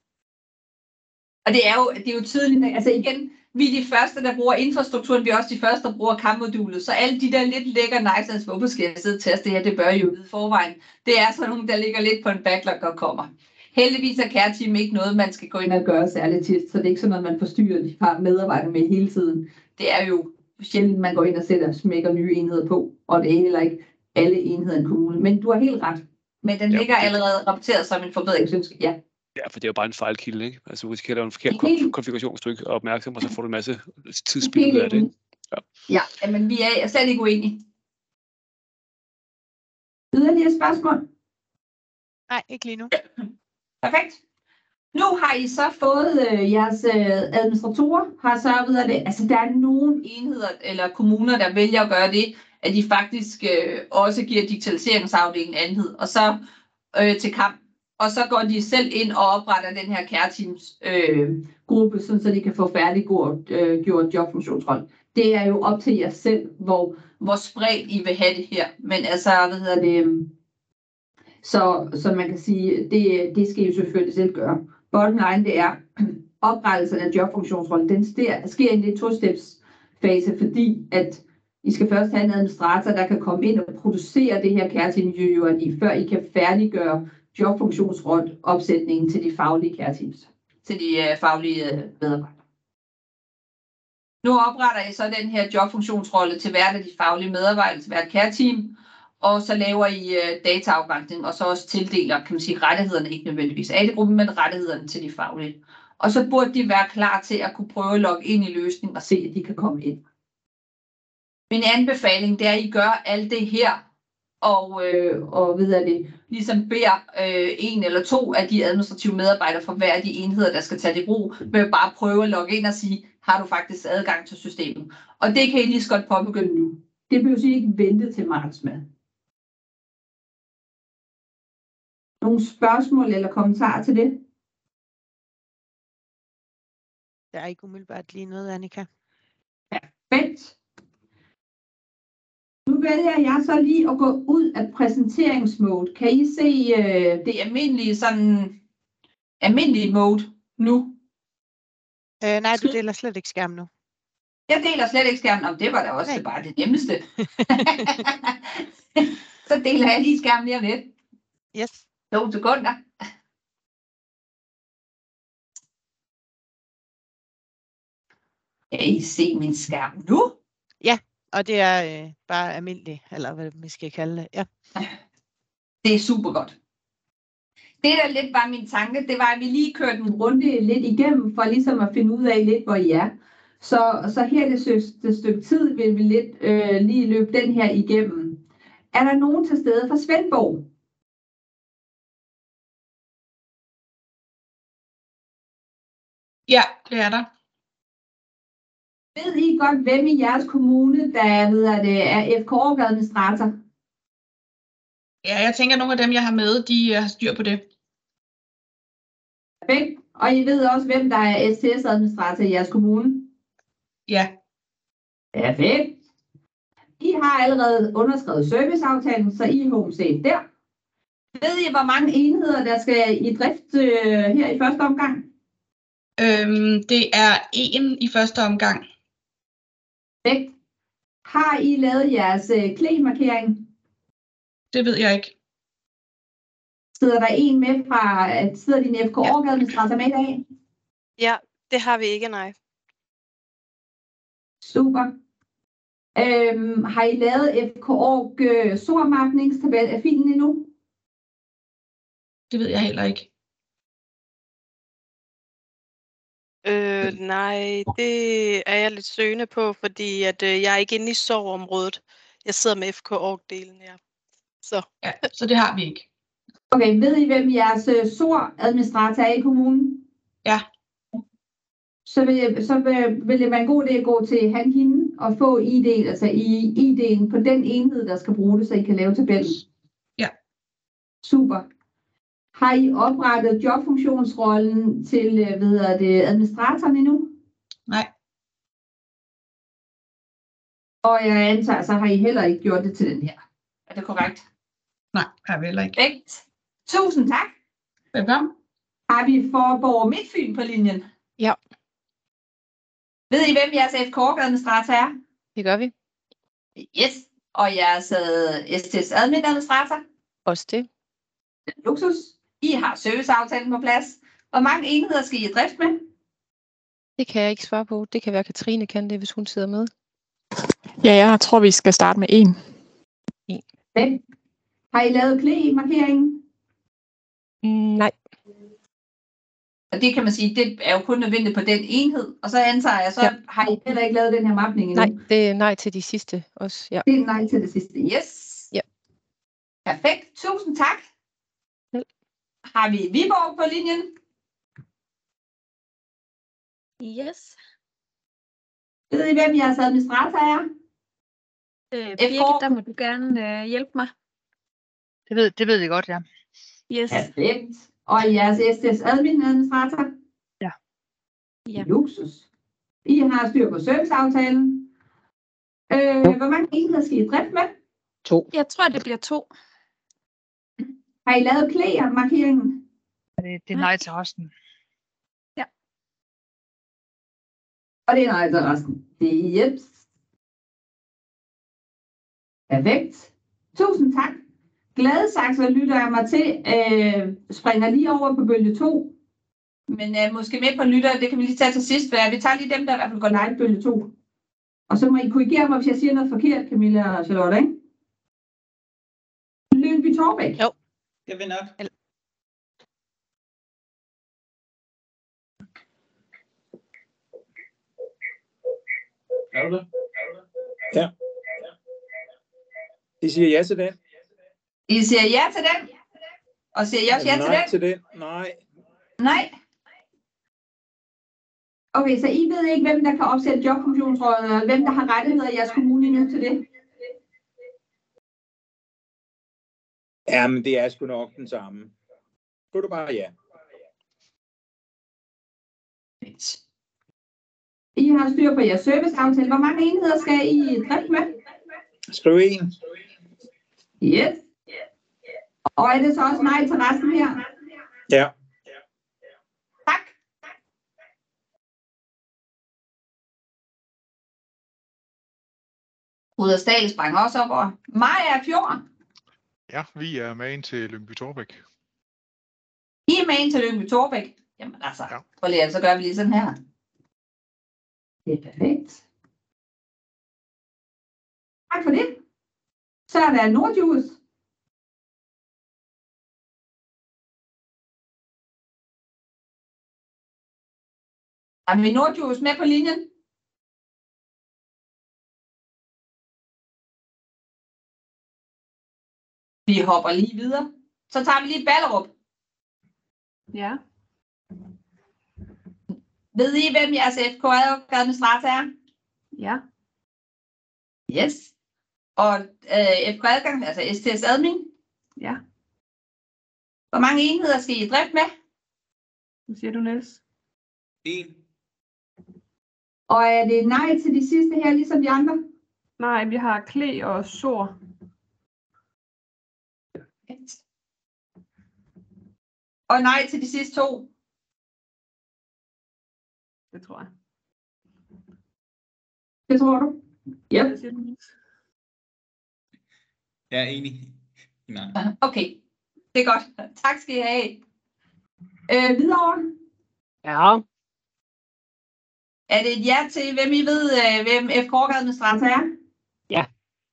Og det er jo tydeligt, altså igen, vi er de første, der bruger infrastrukturen, vi er også de første, der bruger CAM-modulet, så alle de der lidt lækker nice, hvorfor skal jeg sidde og teste det her, det bør I jo vide forvejen. Det er sådan nogle, der ligger lidt på en backlog og kommer. Heldigvis er care-team ikke noget, man skal gå ind og gøre særligt tit, så det er ikke sådan noget, man forstyrrer de har medarbejdere med hele tiden. Det er jo sjældent, man går ind og sætter smækker nye enheder på, og det er heller ikke alle enheder i en kommune. Men du har helt ret. Men den ligger allerede rapporteret som en forbedringsønske, ja. Ja, for det er jo bare en fejlkilde, ikke? Altså, hvis du kan lave en forkert konfigurationsstykke og opmærksom, og så får du en masse tidsspil ud af det. Ja, men vi er slet ikke uenige. Yderligere spørgsmål? Nej, ikke lige nu. Perfekt. Nu har I så fået jeres administratorer, har så videre det. Altså, der er nogle enheder eller kommuner, der vælger at gøre det, at de faktisk også giver digitaliseringsafdelingen anhed, og så til CAM. Og så går de selv ind og opretter den her care-teams gruppe, så de kan få færdiggjort jobfunktionsrolle. Det er jo op til jer selv, hvor spredt I vil have det her. Men altså, så man kan sige, det skal I jo selvfølgelig selv gøre. Bottom line, det er oprettelsen af jobfunktionsrollen. Den sker i en lidt to-steps fase, fordi at I skal først have en administrator, der kan komme ind og producere det her care-team UUID, før I kan færdiggøre jobfunktionsopsætningen til de faglige care-teams, til de faglige medarbejdere. Nu opretter I så den her jobfunktionsrolle til hvert af de faglige medarbejdere, til hvert care-team, og så laver I dataafgrænsning, og så også tildeler, kan man sige, rettighederne, ikke nødvendigvis AD-gruppen, men rettighederne til de faglige. Og så burde de være klar til at kunne prøve at logge ind i løsningen og se, at de kan komme ind. Min anbefaling, det er, at I gør alt det her, og ligesom beder en eller to af de administrative medarbejdere fra hver af de enheder, der skal tage det i brug, med bare prøve at logge ind og sige, har du faktisk adgang til systemet? Og det kan I lige så godt påbegynde nu. Det behøver I ikke vente til marts med. Nogle spørgsmål eller kommentarer til det? Der er ikke umiddelbart lige noget, Annika. Perfekt. Nu vælger jeg så lige at gå ud af præsenteringsmode. Kan I se det almindelige mode nu? Nej, du deler slet ikke skærmen nu. Jeg deler slet ikke skærmen. Om det var da også bare det nemmeste. Så deler jeg lige skærmen lige om lidt. Yes. 2 sekunder. Kan I se min skærm nu? Ja, og det er bare almindeligt, eller hvad vi skal kalde det. Ja. Det er super godt. Det, der lidt var min tanke, det var, at vi lige kørte en runde lidt igennem, for ligesom at finde ud af lidt, hvor I er. Så her det stykke tid vil vi lidt lige løbe den her igennem. Er der nogen til stede fra Svendborg? Ja, det er der. Ved I godt, hvem i jeres kommune, der er FK-administrator? Ja, jeg tænker, at nogle af dem, jeg har med, de har styr på det. Perfekt. Og I ved også, hvem der er STS-administrator i jeres kommune? Ja. Perfekt. I har allerede underskrevet serviceaftalen, så I er home safe der. Ved I, hvor mange enheder, der skal i drift her i første omgang? Det er 1 i første omgang. Perfekt. Har I lavet jeres klæmarkering? Det ved jeg ikke. Sidder der en med sidder din FK-administrator med i dag? Ja, det har vi ikke, nej. Super. Har I lavet FK-org sormapningstabel af filen endnu? Det ved jeg heller ikke. Nej, det er jeg lidt søgende på, fordi at, jeg er ikke inde i sorgområdet. Jeg sidder med FK-org-delen her. Ja, så det har vi ikke. Okay, ved I, hvem jeres SOR-administrator er i kommunen? Ja. Så vil det være en god idé at gå til hende og få ID'en på den enhed, der skal bruge det, så I kan lave tabellen. Ja. Super. Har I oprettet jobfunktionsrollen til administratoren endnu? Nej. Og jeg antager, så har I heller ikke gjort det til den her. Er det korrekt? Nej, har vi heller ikke. Perfekt. Tusind tak. Velkommen. Har vi Forborg Midtfyn på linjen? Ja. Ved I, hvem jeres FK-administrator er? Det gør vi. Yes. Og jeres STS administrator? Også det. Luksus. I har serviceaftalen på plads. Hvor mange enheder skal I i drift med? Det kan jeg ikke svare på. Det kan være, Katrine kan det, hvis hun sidder med. Ja, jeg tror, vi skal starte med 1. Har I lavet markeringen? Nej. Og det kan man sige, det er jo kun nødvendigt på den enhed. Og så antager jeg, så har I heller ikke lavet den her mapning endnu. Nej, det er nej til de sidste også. Ja. Det er nej til det sidste. Yes. Ja. Perfekt. Tusind tak. Ja. Har vi Viborg på linjen? Yes. Ved I, hvem jeres administrator er? Birgit, der må du gerne hjælpe mig. Det ved vi godt, ja. Yes. Perfekt. Og jeres STS administrator? Ja. Ja. Luksus. I har styr på serviceaftalen. Hvor mange enheder skal I drift med? 2. Jeg tror, det bliver 2. Har I lavet markeringen? Det er nej til resten. Ja. Og det er nej til resten. Det er jeps. Perfekt. Tusind tak. Gladsaxe lytter jeg mig til, springer lige over på bølge 2. Men måske med på lytter, det kan vi lige tage til sidst. Vi tager lige dem, der i hvert fald går live bølge 2. Og så må I korrigere mig, hvis jeg siger noget forkert, Camilla og Charlotte, ikke? Lyngby-Taarbæk. Jo. Det vil nok. Er du det? Ja. I siger ja til den? I siger ja til den? Og siger I også ja til den? Nej til den. Nej. Nej. Okay, så I ved ikke, hvem der kan opsætte jobfunktionsrådet, eller hvem der har rettigheder i jeres kommune nu til det? Ja, men det er sgu nok den samme. Skal du bare ja. I har styr på jeres serviceaftale. Hvor mange enheder skal I drift med? Skriv 1. Yes. Og er det så også nej til resten her? Ja. Tak. Rudersdal sprang også op over. Maja Fjord. Ja, vi er med ind til Lyngby-Taarbæk. I er med ind til Lyngby-Taarbæk. Jamen altså, prøv lige, så gør vi lige sådan her. Det er perfekt. Tak for det. Så er der Nordjus. Er vi Nordjus med på linjen? Vi hopper lige videre. Så tager vi lige Ballerup. Ja. Ved I, hvem jeres FK-administrator er? Ja. Yes. Og FK-adgang, altså STS Admin? Ja. Hvor mange enheder skal I i drift med? Hvad siger du, Niels? 1. Og er det nej til de sidste her, ligesom de andre? Nej, vi har klæ og sår. Og nej til de sidste 2? Det tror jeg. Det tror du? Ja. Jeg er enig. Nej. Okay, det er godt. Tak skal I have. Videre. Ja. Er det et ja til, hvem I ved, hvem FK-administrator er? Ja.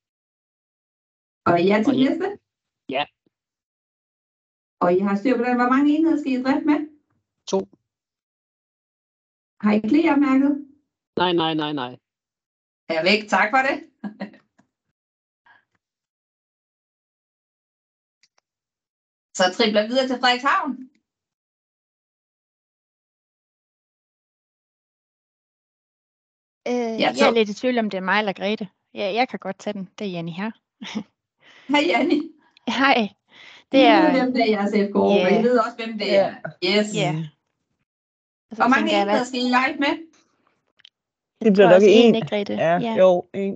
Og ja til næste? Ja. Og I har styr på den. Hvor mange enheder skal I i drift med? 2. Har I klædermærket? Nej. Perfekt, tak for det. Så tripler vi videre til Frederikshavn. Jeg er lidt i tvivl om det er mig eller Grete. Ja, jeg kan godt tage den. Det er Janni her. Hej Janni. Hej. Det er... I ved, hvem det er jeres FK, men I ved også, hvem det er. Yes. Ja. Hvor mange enheder skal I live med? Det bliver nok en. Ikke, Grete? Ja, jo, en.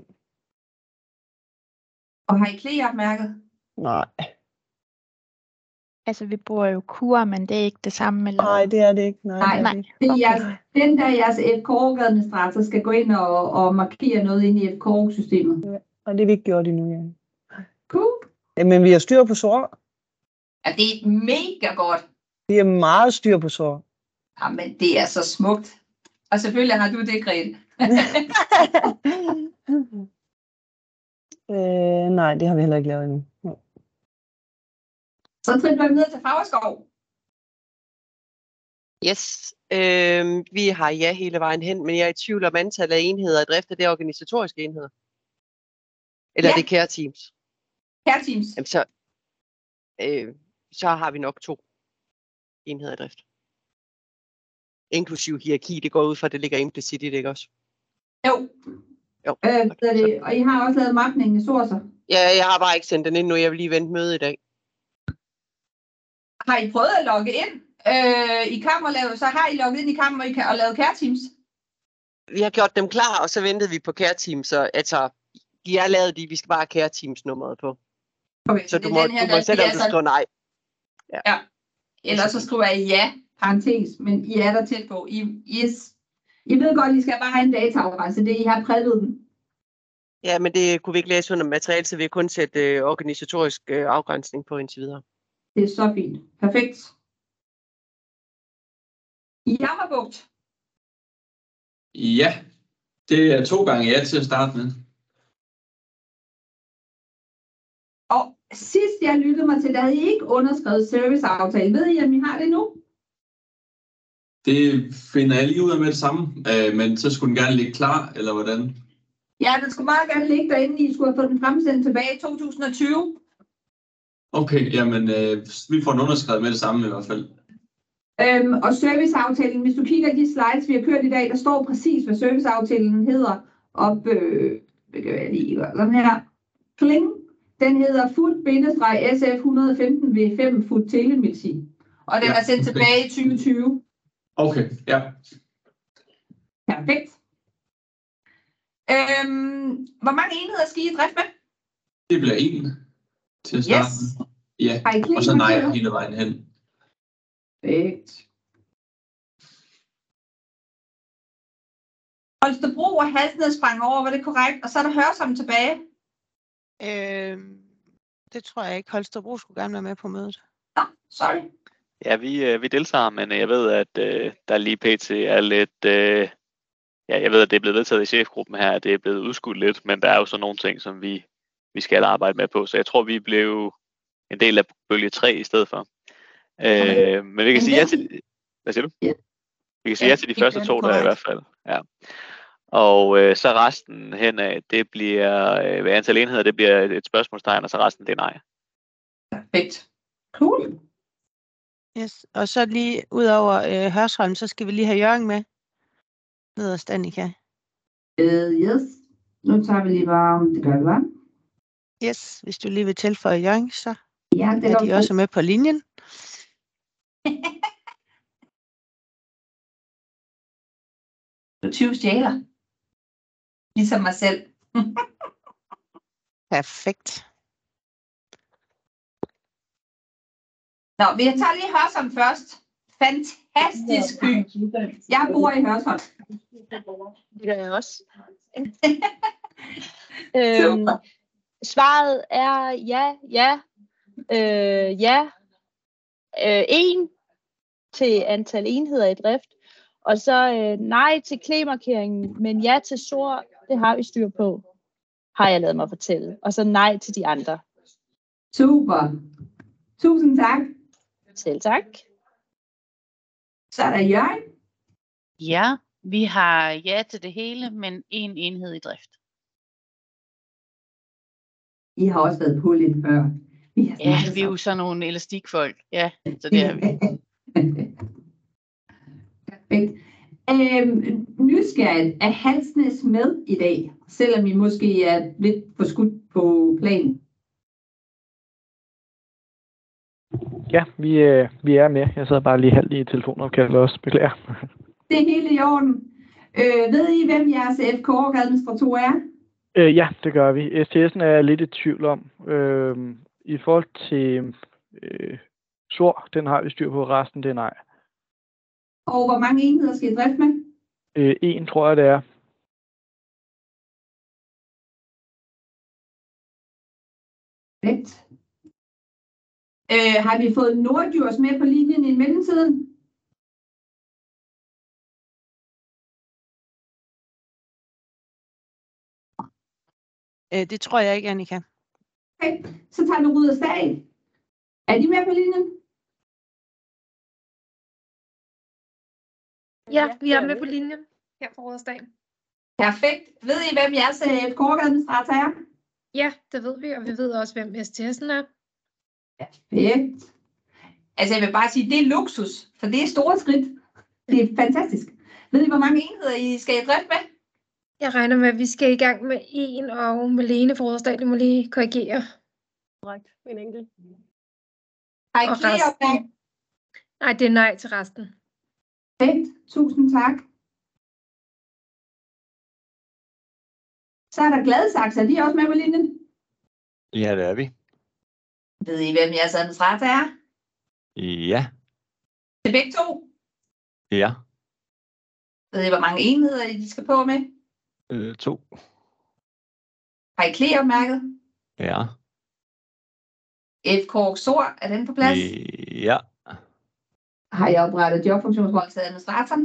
Og har I klædermærket? Nej. Altså, vi bruger jo kur, men det er ikke det samme. Eller... Nej, det er det ikke. Nej. Det er jeres, den der jeres FK-administrator skal gå ind og markere noget ind i FK-systemet. Ja, og det er vi ikke gjort endnu, ja. Cool. Men vi har styr på sår. Ja, det er mega godt. Vi har meget styr på sår. Jamen, det er så smukt. Og selvfølgelig har du det, Grete. Nej, det har vi heller ikke lavet endnu. Ja. Så tripler vi ned til Fagerskov. Yes. Vi har ja hele vejen hen, men jeg er i tvivl om antallet af enheder i drift af det organisatoriske enheder. Eller det care teams. Care teams. Jamen, så har vi nok 2 enheder i drift. Inklusiv hierarki, det går ud fra, at det ligger implicit i det, ikke også? Jo. Og I har også lavet mapningen i sourcer? Ja, jeg har bare ikke sendt den ind nu. Jeg vil lige vente møde i dag. Har I prøvet at logge ind i Kammerlavet? Så har I logget ind i Kammer og lavet care teams? Vi har gjort dem klar, og så ventede vi på care teams. Så, altså, de er lavet vi skal bare have care teams nummeret på. Okay, så du må selv, om du skriver nej. Ja. Ellers så skriver jeg ja, parentes, men I er der tæt på. I ved godt, I skal bare have en dataafgrænsning, det I har præget den. Ja, men det kunne vi ikke læse under materiale, så vi har kun sætte organisatorisk afgrænsning på indtil videre. Det er så fint. Perfekt. Jammerbugt. Ja, det er 2 gange ja til at starte med. Og sidst jeg lyttede mig til, der havde I ikke underskrevet serviceaftale. Ved I, om I har det nu? Det finder jeg lige ud af med det samme, men så skulle den gerne ligge klar, eller hvordan? Ja, den skulle meget gerne ligge derinde. I skulle have fået den fremsendt tilbage i 2020. Okay, jamen vi får den underskrevet med det samme i hvert fald. Og serviceaftalen, hvis du kigger i de slides, vi har kørt i dag, der står præcis, hvad serviceaftalen hedder. Det kan jeg lige gøre sådan her. Kling. Den hedder FUT-SF 115 V5 FUT telemedicin. Og den er sendt tilbage i 2020. Okay, ja. Perfekt. Hvor mange enheder skal I i drift med? Det bliver 1 til at starte. Yes. Ja, og så nej hele vejen hen. Perfekt. Holstebro og Halsnæs sprang over, var det korrekt? Og så er der Hørsholm tilbage. Det tror jeg ikke. Holstebro skulle gerne være med på mødet. Nå, sorry. Ja, vi deltager, men jeg ved, at der lige pt. Er lidt... jeg ved, at det er blevet vedtaget i chefgruppen her, at det er blevet udskudt lidt, men der er jo så nogle ting, som vi skal arbejde med på. Så jeg tror, vi blev en del af bølge 3 i stedet for. Men vi kan sige ja til... Hvad siger du? Vi kan sige ja til de første 2 der i hvert fald. Ja. Og så resten henad, det bliver ved antal enheder, det bliver et spørgsmålstegn, og så resten det er nej. Perfekt. Cool. Yes. Og så lige ud over Hørsholm, så skal vi lige have Jørgen med. Nederst, Annika. Yes. Nu tager vi lige bare, det gør vi bare. Yes, hvis du lige vil tilføje Jørgen, så Ja, det er de også med på linjen. Du 20 stjæler. Ligesom mig selv. Perfekt. Nå, vi tager lige Hørsholm først. Fantastisk by. Jeg bor i Hørsholm. Det gør jeg også. Svaret er ja. 1 til antal enheder i drift. Og så nej til klæmarkeringen, men ja til SOR, det har vi styr på, har jeg lavet mig fortælle. Og så nej til de andre. Super. Tusind tak. Selv tak. Så er der Jørgen. Ja, vi har ja til det hele, men 1 enhed i drift. I har også været på lidt før. Ja, vi er jo sådan nogle elastikfolk. Ja, så det er vi. Perfekt. Nysgerrigt, er Halsnæs med i dag, selvom I måske er lidt for skudt på planen? Ja, vi er med. Jeg sidder bare lige halvt i telefonopkaldet også. Beklager. Det er helt i orden. Ved I, hvem jeres FK-administrator er? Ja, det gør vi. STS'en er jeg lidt i tvivl om. I forhold til SOR, den har vi styr på. Resten, det er nej. Og hvor mange enheder skal I drift med? 1, tror jeg, det er. Perfekt. Har vi fået Nordjurs med på linjen i mellemtiden? Det tror jeg ikke, Annika. Okay, så tager vi Rudersdal. Er de med på linjen? Ja, vi er med på linjen her fra Rudersdal. Perfekt. Ved I, hvem jeres FK-administrator er? Ja, det ved vi, og vi ved også, hvem STS'en er. Perfekt. Altså, jeg vil bare sige, det er luksus, for det er store skridt. Det er fantastisk. Ved I, hvor mange enheder I skal i drift med? Jeg regner med, at vi skal i gang med 1, og Malene fra Rudersdal, du må lige korrigere. Korrekt, en enkelt. Har I flere? Nej, det er nej til resten. Perfekt. Tusind tak. Så er der Gladsaxe. Er de også med på linjen? Ja, det er vi. Ved I, hvem jeres administrator er? Ja. Til begge to? Ja. Ved I, hvor mange enheder I skal på med? 2. Har I klæopmærket? Ja. FK SOR, er den på plads? Ja. Har I oprettet jobfunktionsrolle til administratoren?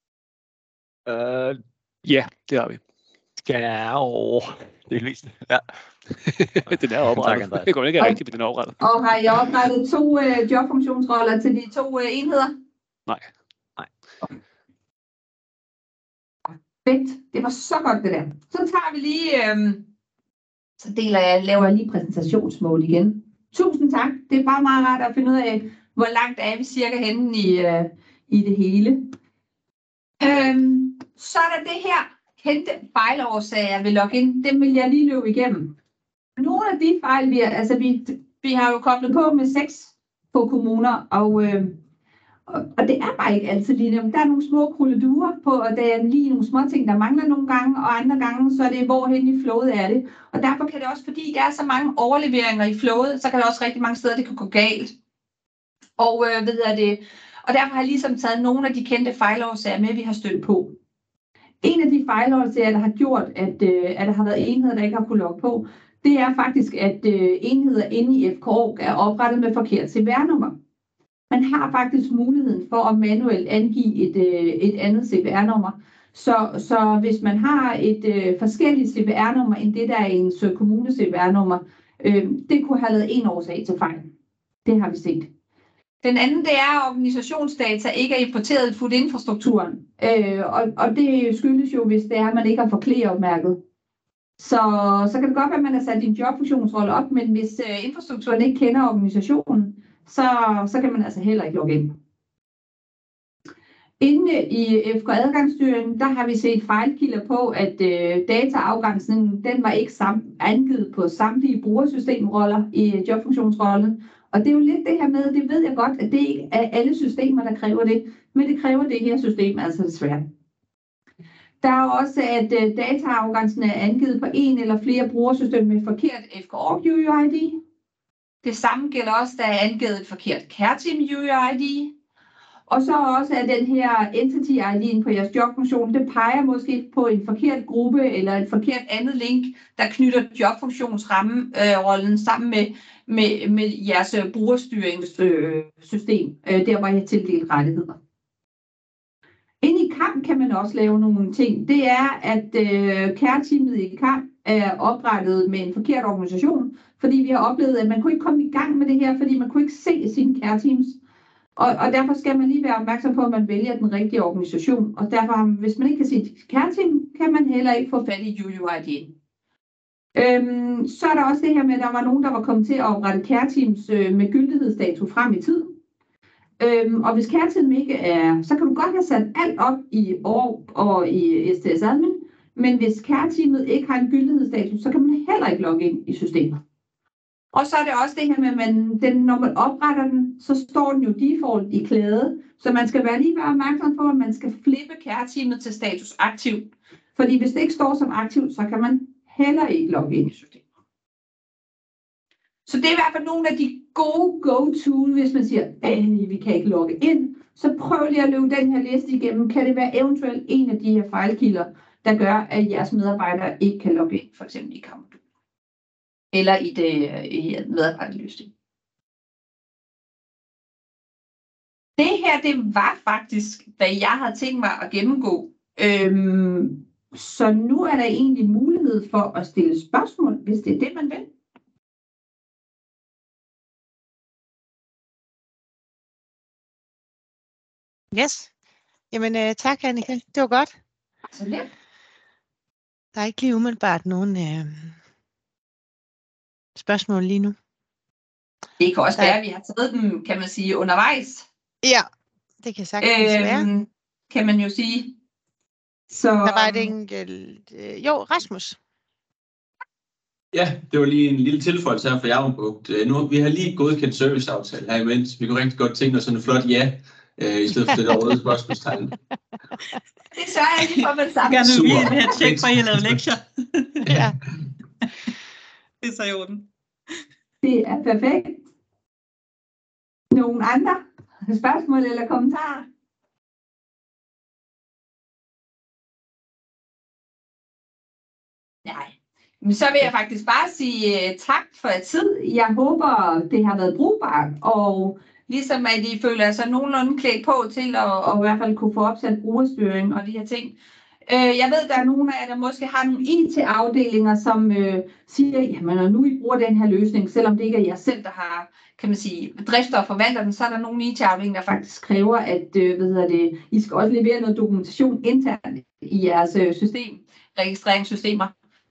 Ja, det har vi. Delvist. Ja. Den er oprettet. Det går ikke rigtigt, men den er oprettet. Og har I oprettet 2 jobfunktionsroller til de 2 enheder? Nej. Fedt. Det var så godt det der. Så tager vi lige, så laver jeg lige præsentationsmål igen. Tusind tak. Det er bare meget rart at finde ud af, hvor langt er vi cirka henne i det hele. Så er der det her kendte fejlårsager ved login. Dem vil jeg lige løbe igennem. Nogle af de fejl, vi har jo koblet på med 6 på kommuner, og det er bare ikke altid lige nemt. Der er nogle små krulleduer på, og der er lige nogle små ting, der mangler nogle gange, og andre gange, så er det, hvorhen i flowet er det. Og derfor kan det også, fordi der er så mange overleveringer i flowet, så kan der også rigtig mange steder, det kan gå galt. Og derfor har jeg ligesom taget nogle af de kendte fejlårsager med, vi har stødt på. En af de fejlårsager, der har gjort, at der har været enheder, der ikke har kunnet logge på, det er faktisk, at enheder inde i FK er oprettet med forkert CVR-nummer. Man har faktisk muligheden for at manuelt angive et andet CVR-nummer. Så hvis man har et forskelligt CVR-nummer end det, der er ens kommune CVR-nummer, det kunne have lavet en årsag til fejl. Det har vi set. Den anden, det er, at organisationsdata ikke er importeret i food-infrastrukturen. Og det skyldes jo, hvis det er, at man ikke har fået klæopmærket. Så kan det godt være, at man har sat din jobfunktionsrolle op, men hvis infrastrukturen ikke kender organisationen, så kan man altså heller ikke logge ind. Inde i FK adgangsstyringen, der har vi set fejlkilder på, at dataafgrænsningen, den var ikke angivet på samtlige brugersystemroller i jobfunktionsrollen. Og det er jo lidt det her med, det ved jeg godt, at det ikke er alle systemer, der kræver det, men det kræver det her system altså desværre. Der er også, at dataafgrænsningen er angivet på en eller flere brugersystemer med forkert FK-org UUID. Det samme gælder også, der er angivet et forkert CareTeam UUID. Og så også at den her entity ID'en på jeres jobfunktion, det peger måske på en forkert gruppe eller et forkert andet link, der knytter jobfunktionsrammerollen sammen med jeres brugerstyringssystem, der hvor I har tildelt rettigheder. Inde i KAM kan man også lave nogle ting. Det er, at CareTeamet i KAM er oprettet med en forkert organisation, fordi vi har oplevet, at man kunne ikke komme i gang med det her, fordi man kunne ikke se sine CareTeams. Og derfor skal man lige være opmærksom på, at man vælger den rigtige organisation. Og derfor, hvis man ikke kan se et CareTeam, kan man heller ikke få fat i UUID'en. Så er der også det her med, at der var nogen, der var kommet til at oprette CareTeams med gyldighedsdato frem i tiden. Og hvis CareTeam ikke er, så kan du godt have sat alt op i år og i STS Admin, men hvis CareTeamet ikke har en gyldighedsdato, så kan man heller ikke logge ind i systemet. Og så er det også det her med, at når man opretter den, så står den jo default i klæde, så man skal lige være opmærksom på, at man skal flippe CareTeamet til status aktiv. Fordi hvis det ikke står som aktiv, så kan man heller ikke logge ind i systemet. Så det er i hvert fald nogle af de gode go-to, hvis man siger, vi kan ikke logge ind. Så prøv lige at løbe den her liste igennem. Kan det være eventuelt en af de her fejlkilder, der gør, at jeres medarbejdere ikke kan logge ind, for eksempel i KAM eller i medarbejderløsning. Det her, det var faktisk, hvad jeg havde tænkt mig at gennemgå. Så nu er der egentlig mulighed for at stille spørgsmål, hvis det er det, man vil. Yes. Jamen, tak, Annika. Det var godt. Så lidt. Der er ikke lige umiddelbart nogen spørgsmål lige nu. Det kan også være, at vi har taget dem, kan man sige, undervejs. Ja, det kan sagtens være. Kan man jo sige. Så, der var et enkelt... jo, Rasmus. Ja, det var lige en lille tilføjelse her, for jeg har brugt. Vi har lige godkendt serviceaftale her imens. Vi kunne rigtig godt tænke os sådan en flot ja, i stedet for det der røde spørgsmålstegn. Det sørger jeg lige for, at man sammen. Gerne vil vi have tjek for, at I har lavet lektier. Ja. Det er så i orden. Det er perfekt. Nogle andre spørgsmål eller kommentarer? Nej. Men så vil jeg faktisk bare sige tak for tid. Jeg håber, det har været brugbart, og ligesom at I føler jer så nogenlunde klædt på til at i hvert fald kunne få opsat brugerstyring og de her ting. Jeg ved, der er nogle af jer, der måske har nogle IT-afdelinger, som siger, jamen når nu I bruger den her løsning, selvom det ikke er jer selv, der har, kan man sige, drifter og forvalter den, så er der nogle IT-afdelinger, der faktisk kræver, at I skal også levere noget dokumentation internt i jeres registreringssystemer.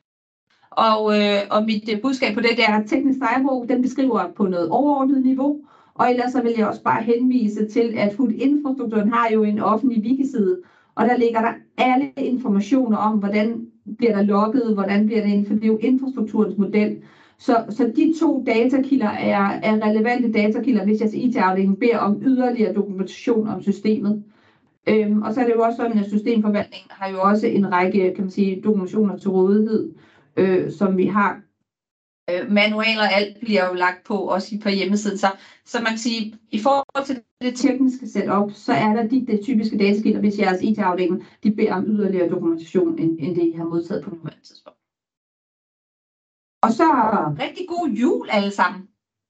Og mit budskab på det, er, at teknisk ejerbog, den beskriver på noget overordnet niveau, og ellers så vil jeg også bare henvise til, at HUD-infrastrukturen har jo en offentlig wikiside, og der ligger der alle informationer om, hvordan bliver der logget, hvordan bliver det inden for det er jo infrastrukturens model. Så de to datakilder er relevante datakilder, hvis jeres IT-afdeling beder om yderligere dokumentation om systemet. Og så er det jo også sådan, at systemforvaltningen har jo også en række, kan man sige, dokumentationer til rådighed, som vi har. Manualer og alt bliver jo lagt på også på hjemmesiden. Så man kan sige, i forhold til det tekniske setup, så er der de typiske datakilder, hvis jeres IT-afdeling de beder om yderligere dokumentation, end det I har modtaget på nuværende tidspunkt. Og så rigtig god jul alle sammen.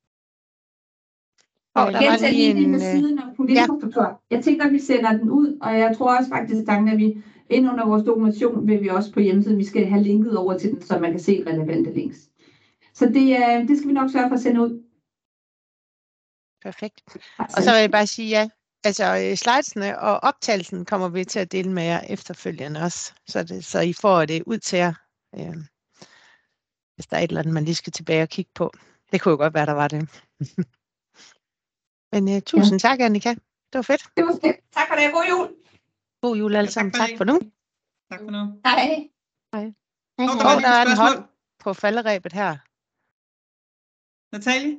Og gentag lige med siden af infrastruktur. Jeg tænker, at vi sender den ud, og jeg tror også faktisk, at vi ind under vores dokumentation vil vi også på hjemmesiden, vi skal have linket over til den, så man kan se relevante links. Så det skal vi nok sørge for at sende ud. Perfekt. Og så vil jeg bare sige, ja, altså slidesene og optagelsen kommer vi til at dele med jer efterfølgende også, så I får det ud til jer, hvis der er et eller andet, man lige skal tilbage og kigge på. Det kunne jo godt være, der var det. Men tusind tak, Annika. Det var fedt. Det var fedt. Tak for det. God jul. God jul alle sammen. Tak for nu. Tak for nu. Hej. Hej. Der var Der er lige en et hånd spørgsmål. på falderæbet her. Natalie?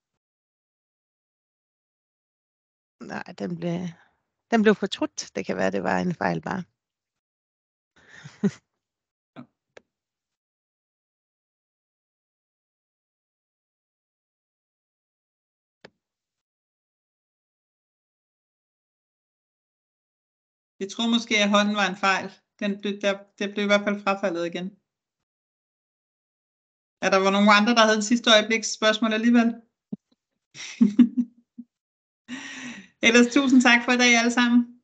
Nej, den blev fortrudt. Det kan være, det var en fejl bare. Jeg tror måske, at hånden var en fejl. Det blev i hvert fald frafaldet igen. Ja, der var nogle andre, der havde en sidste øjebliks spørgsmål alligevel. Ellers tusind tak for i dag alle sammen.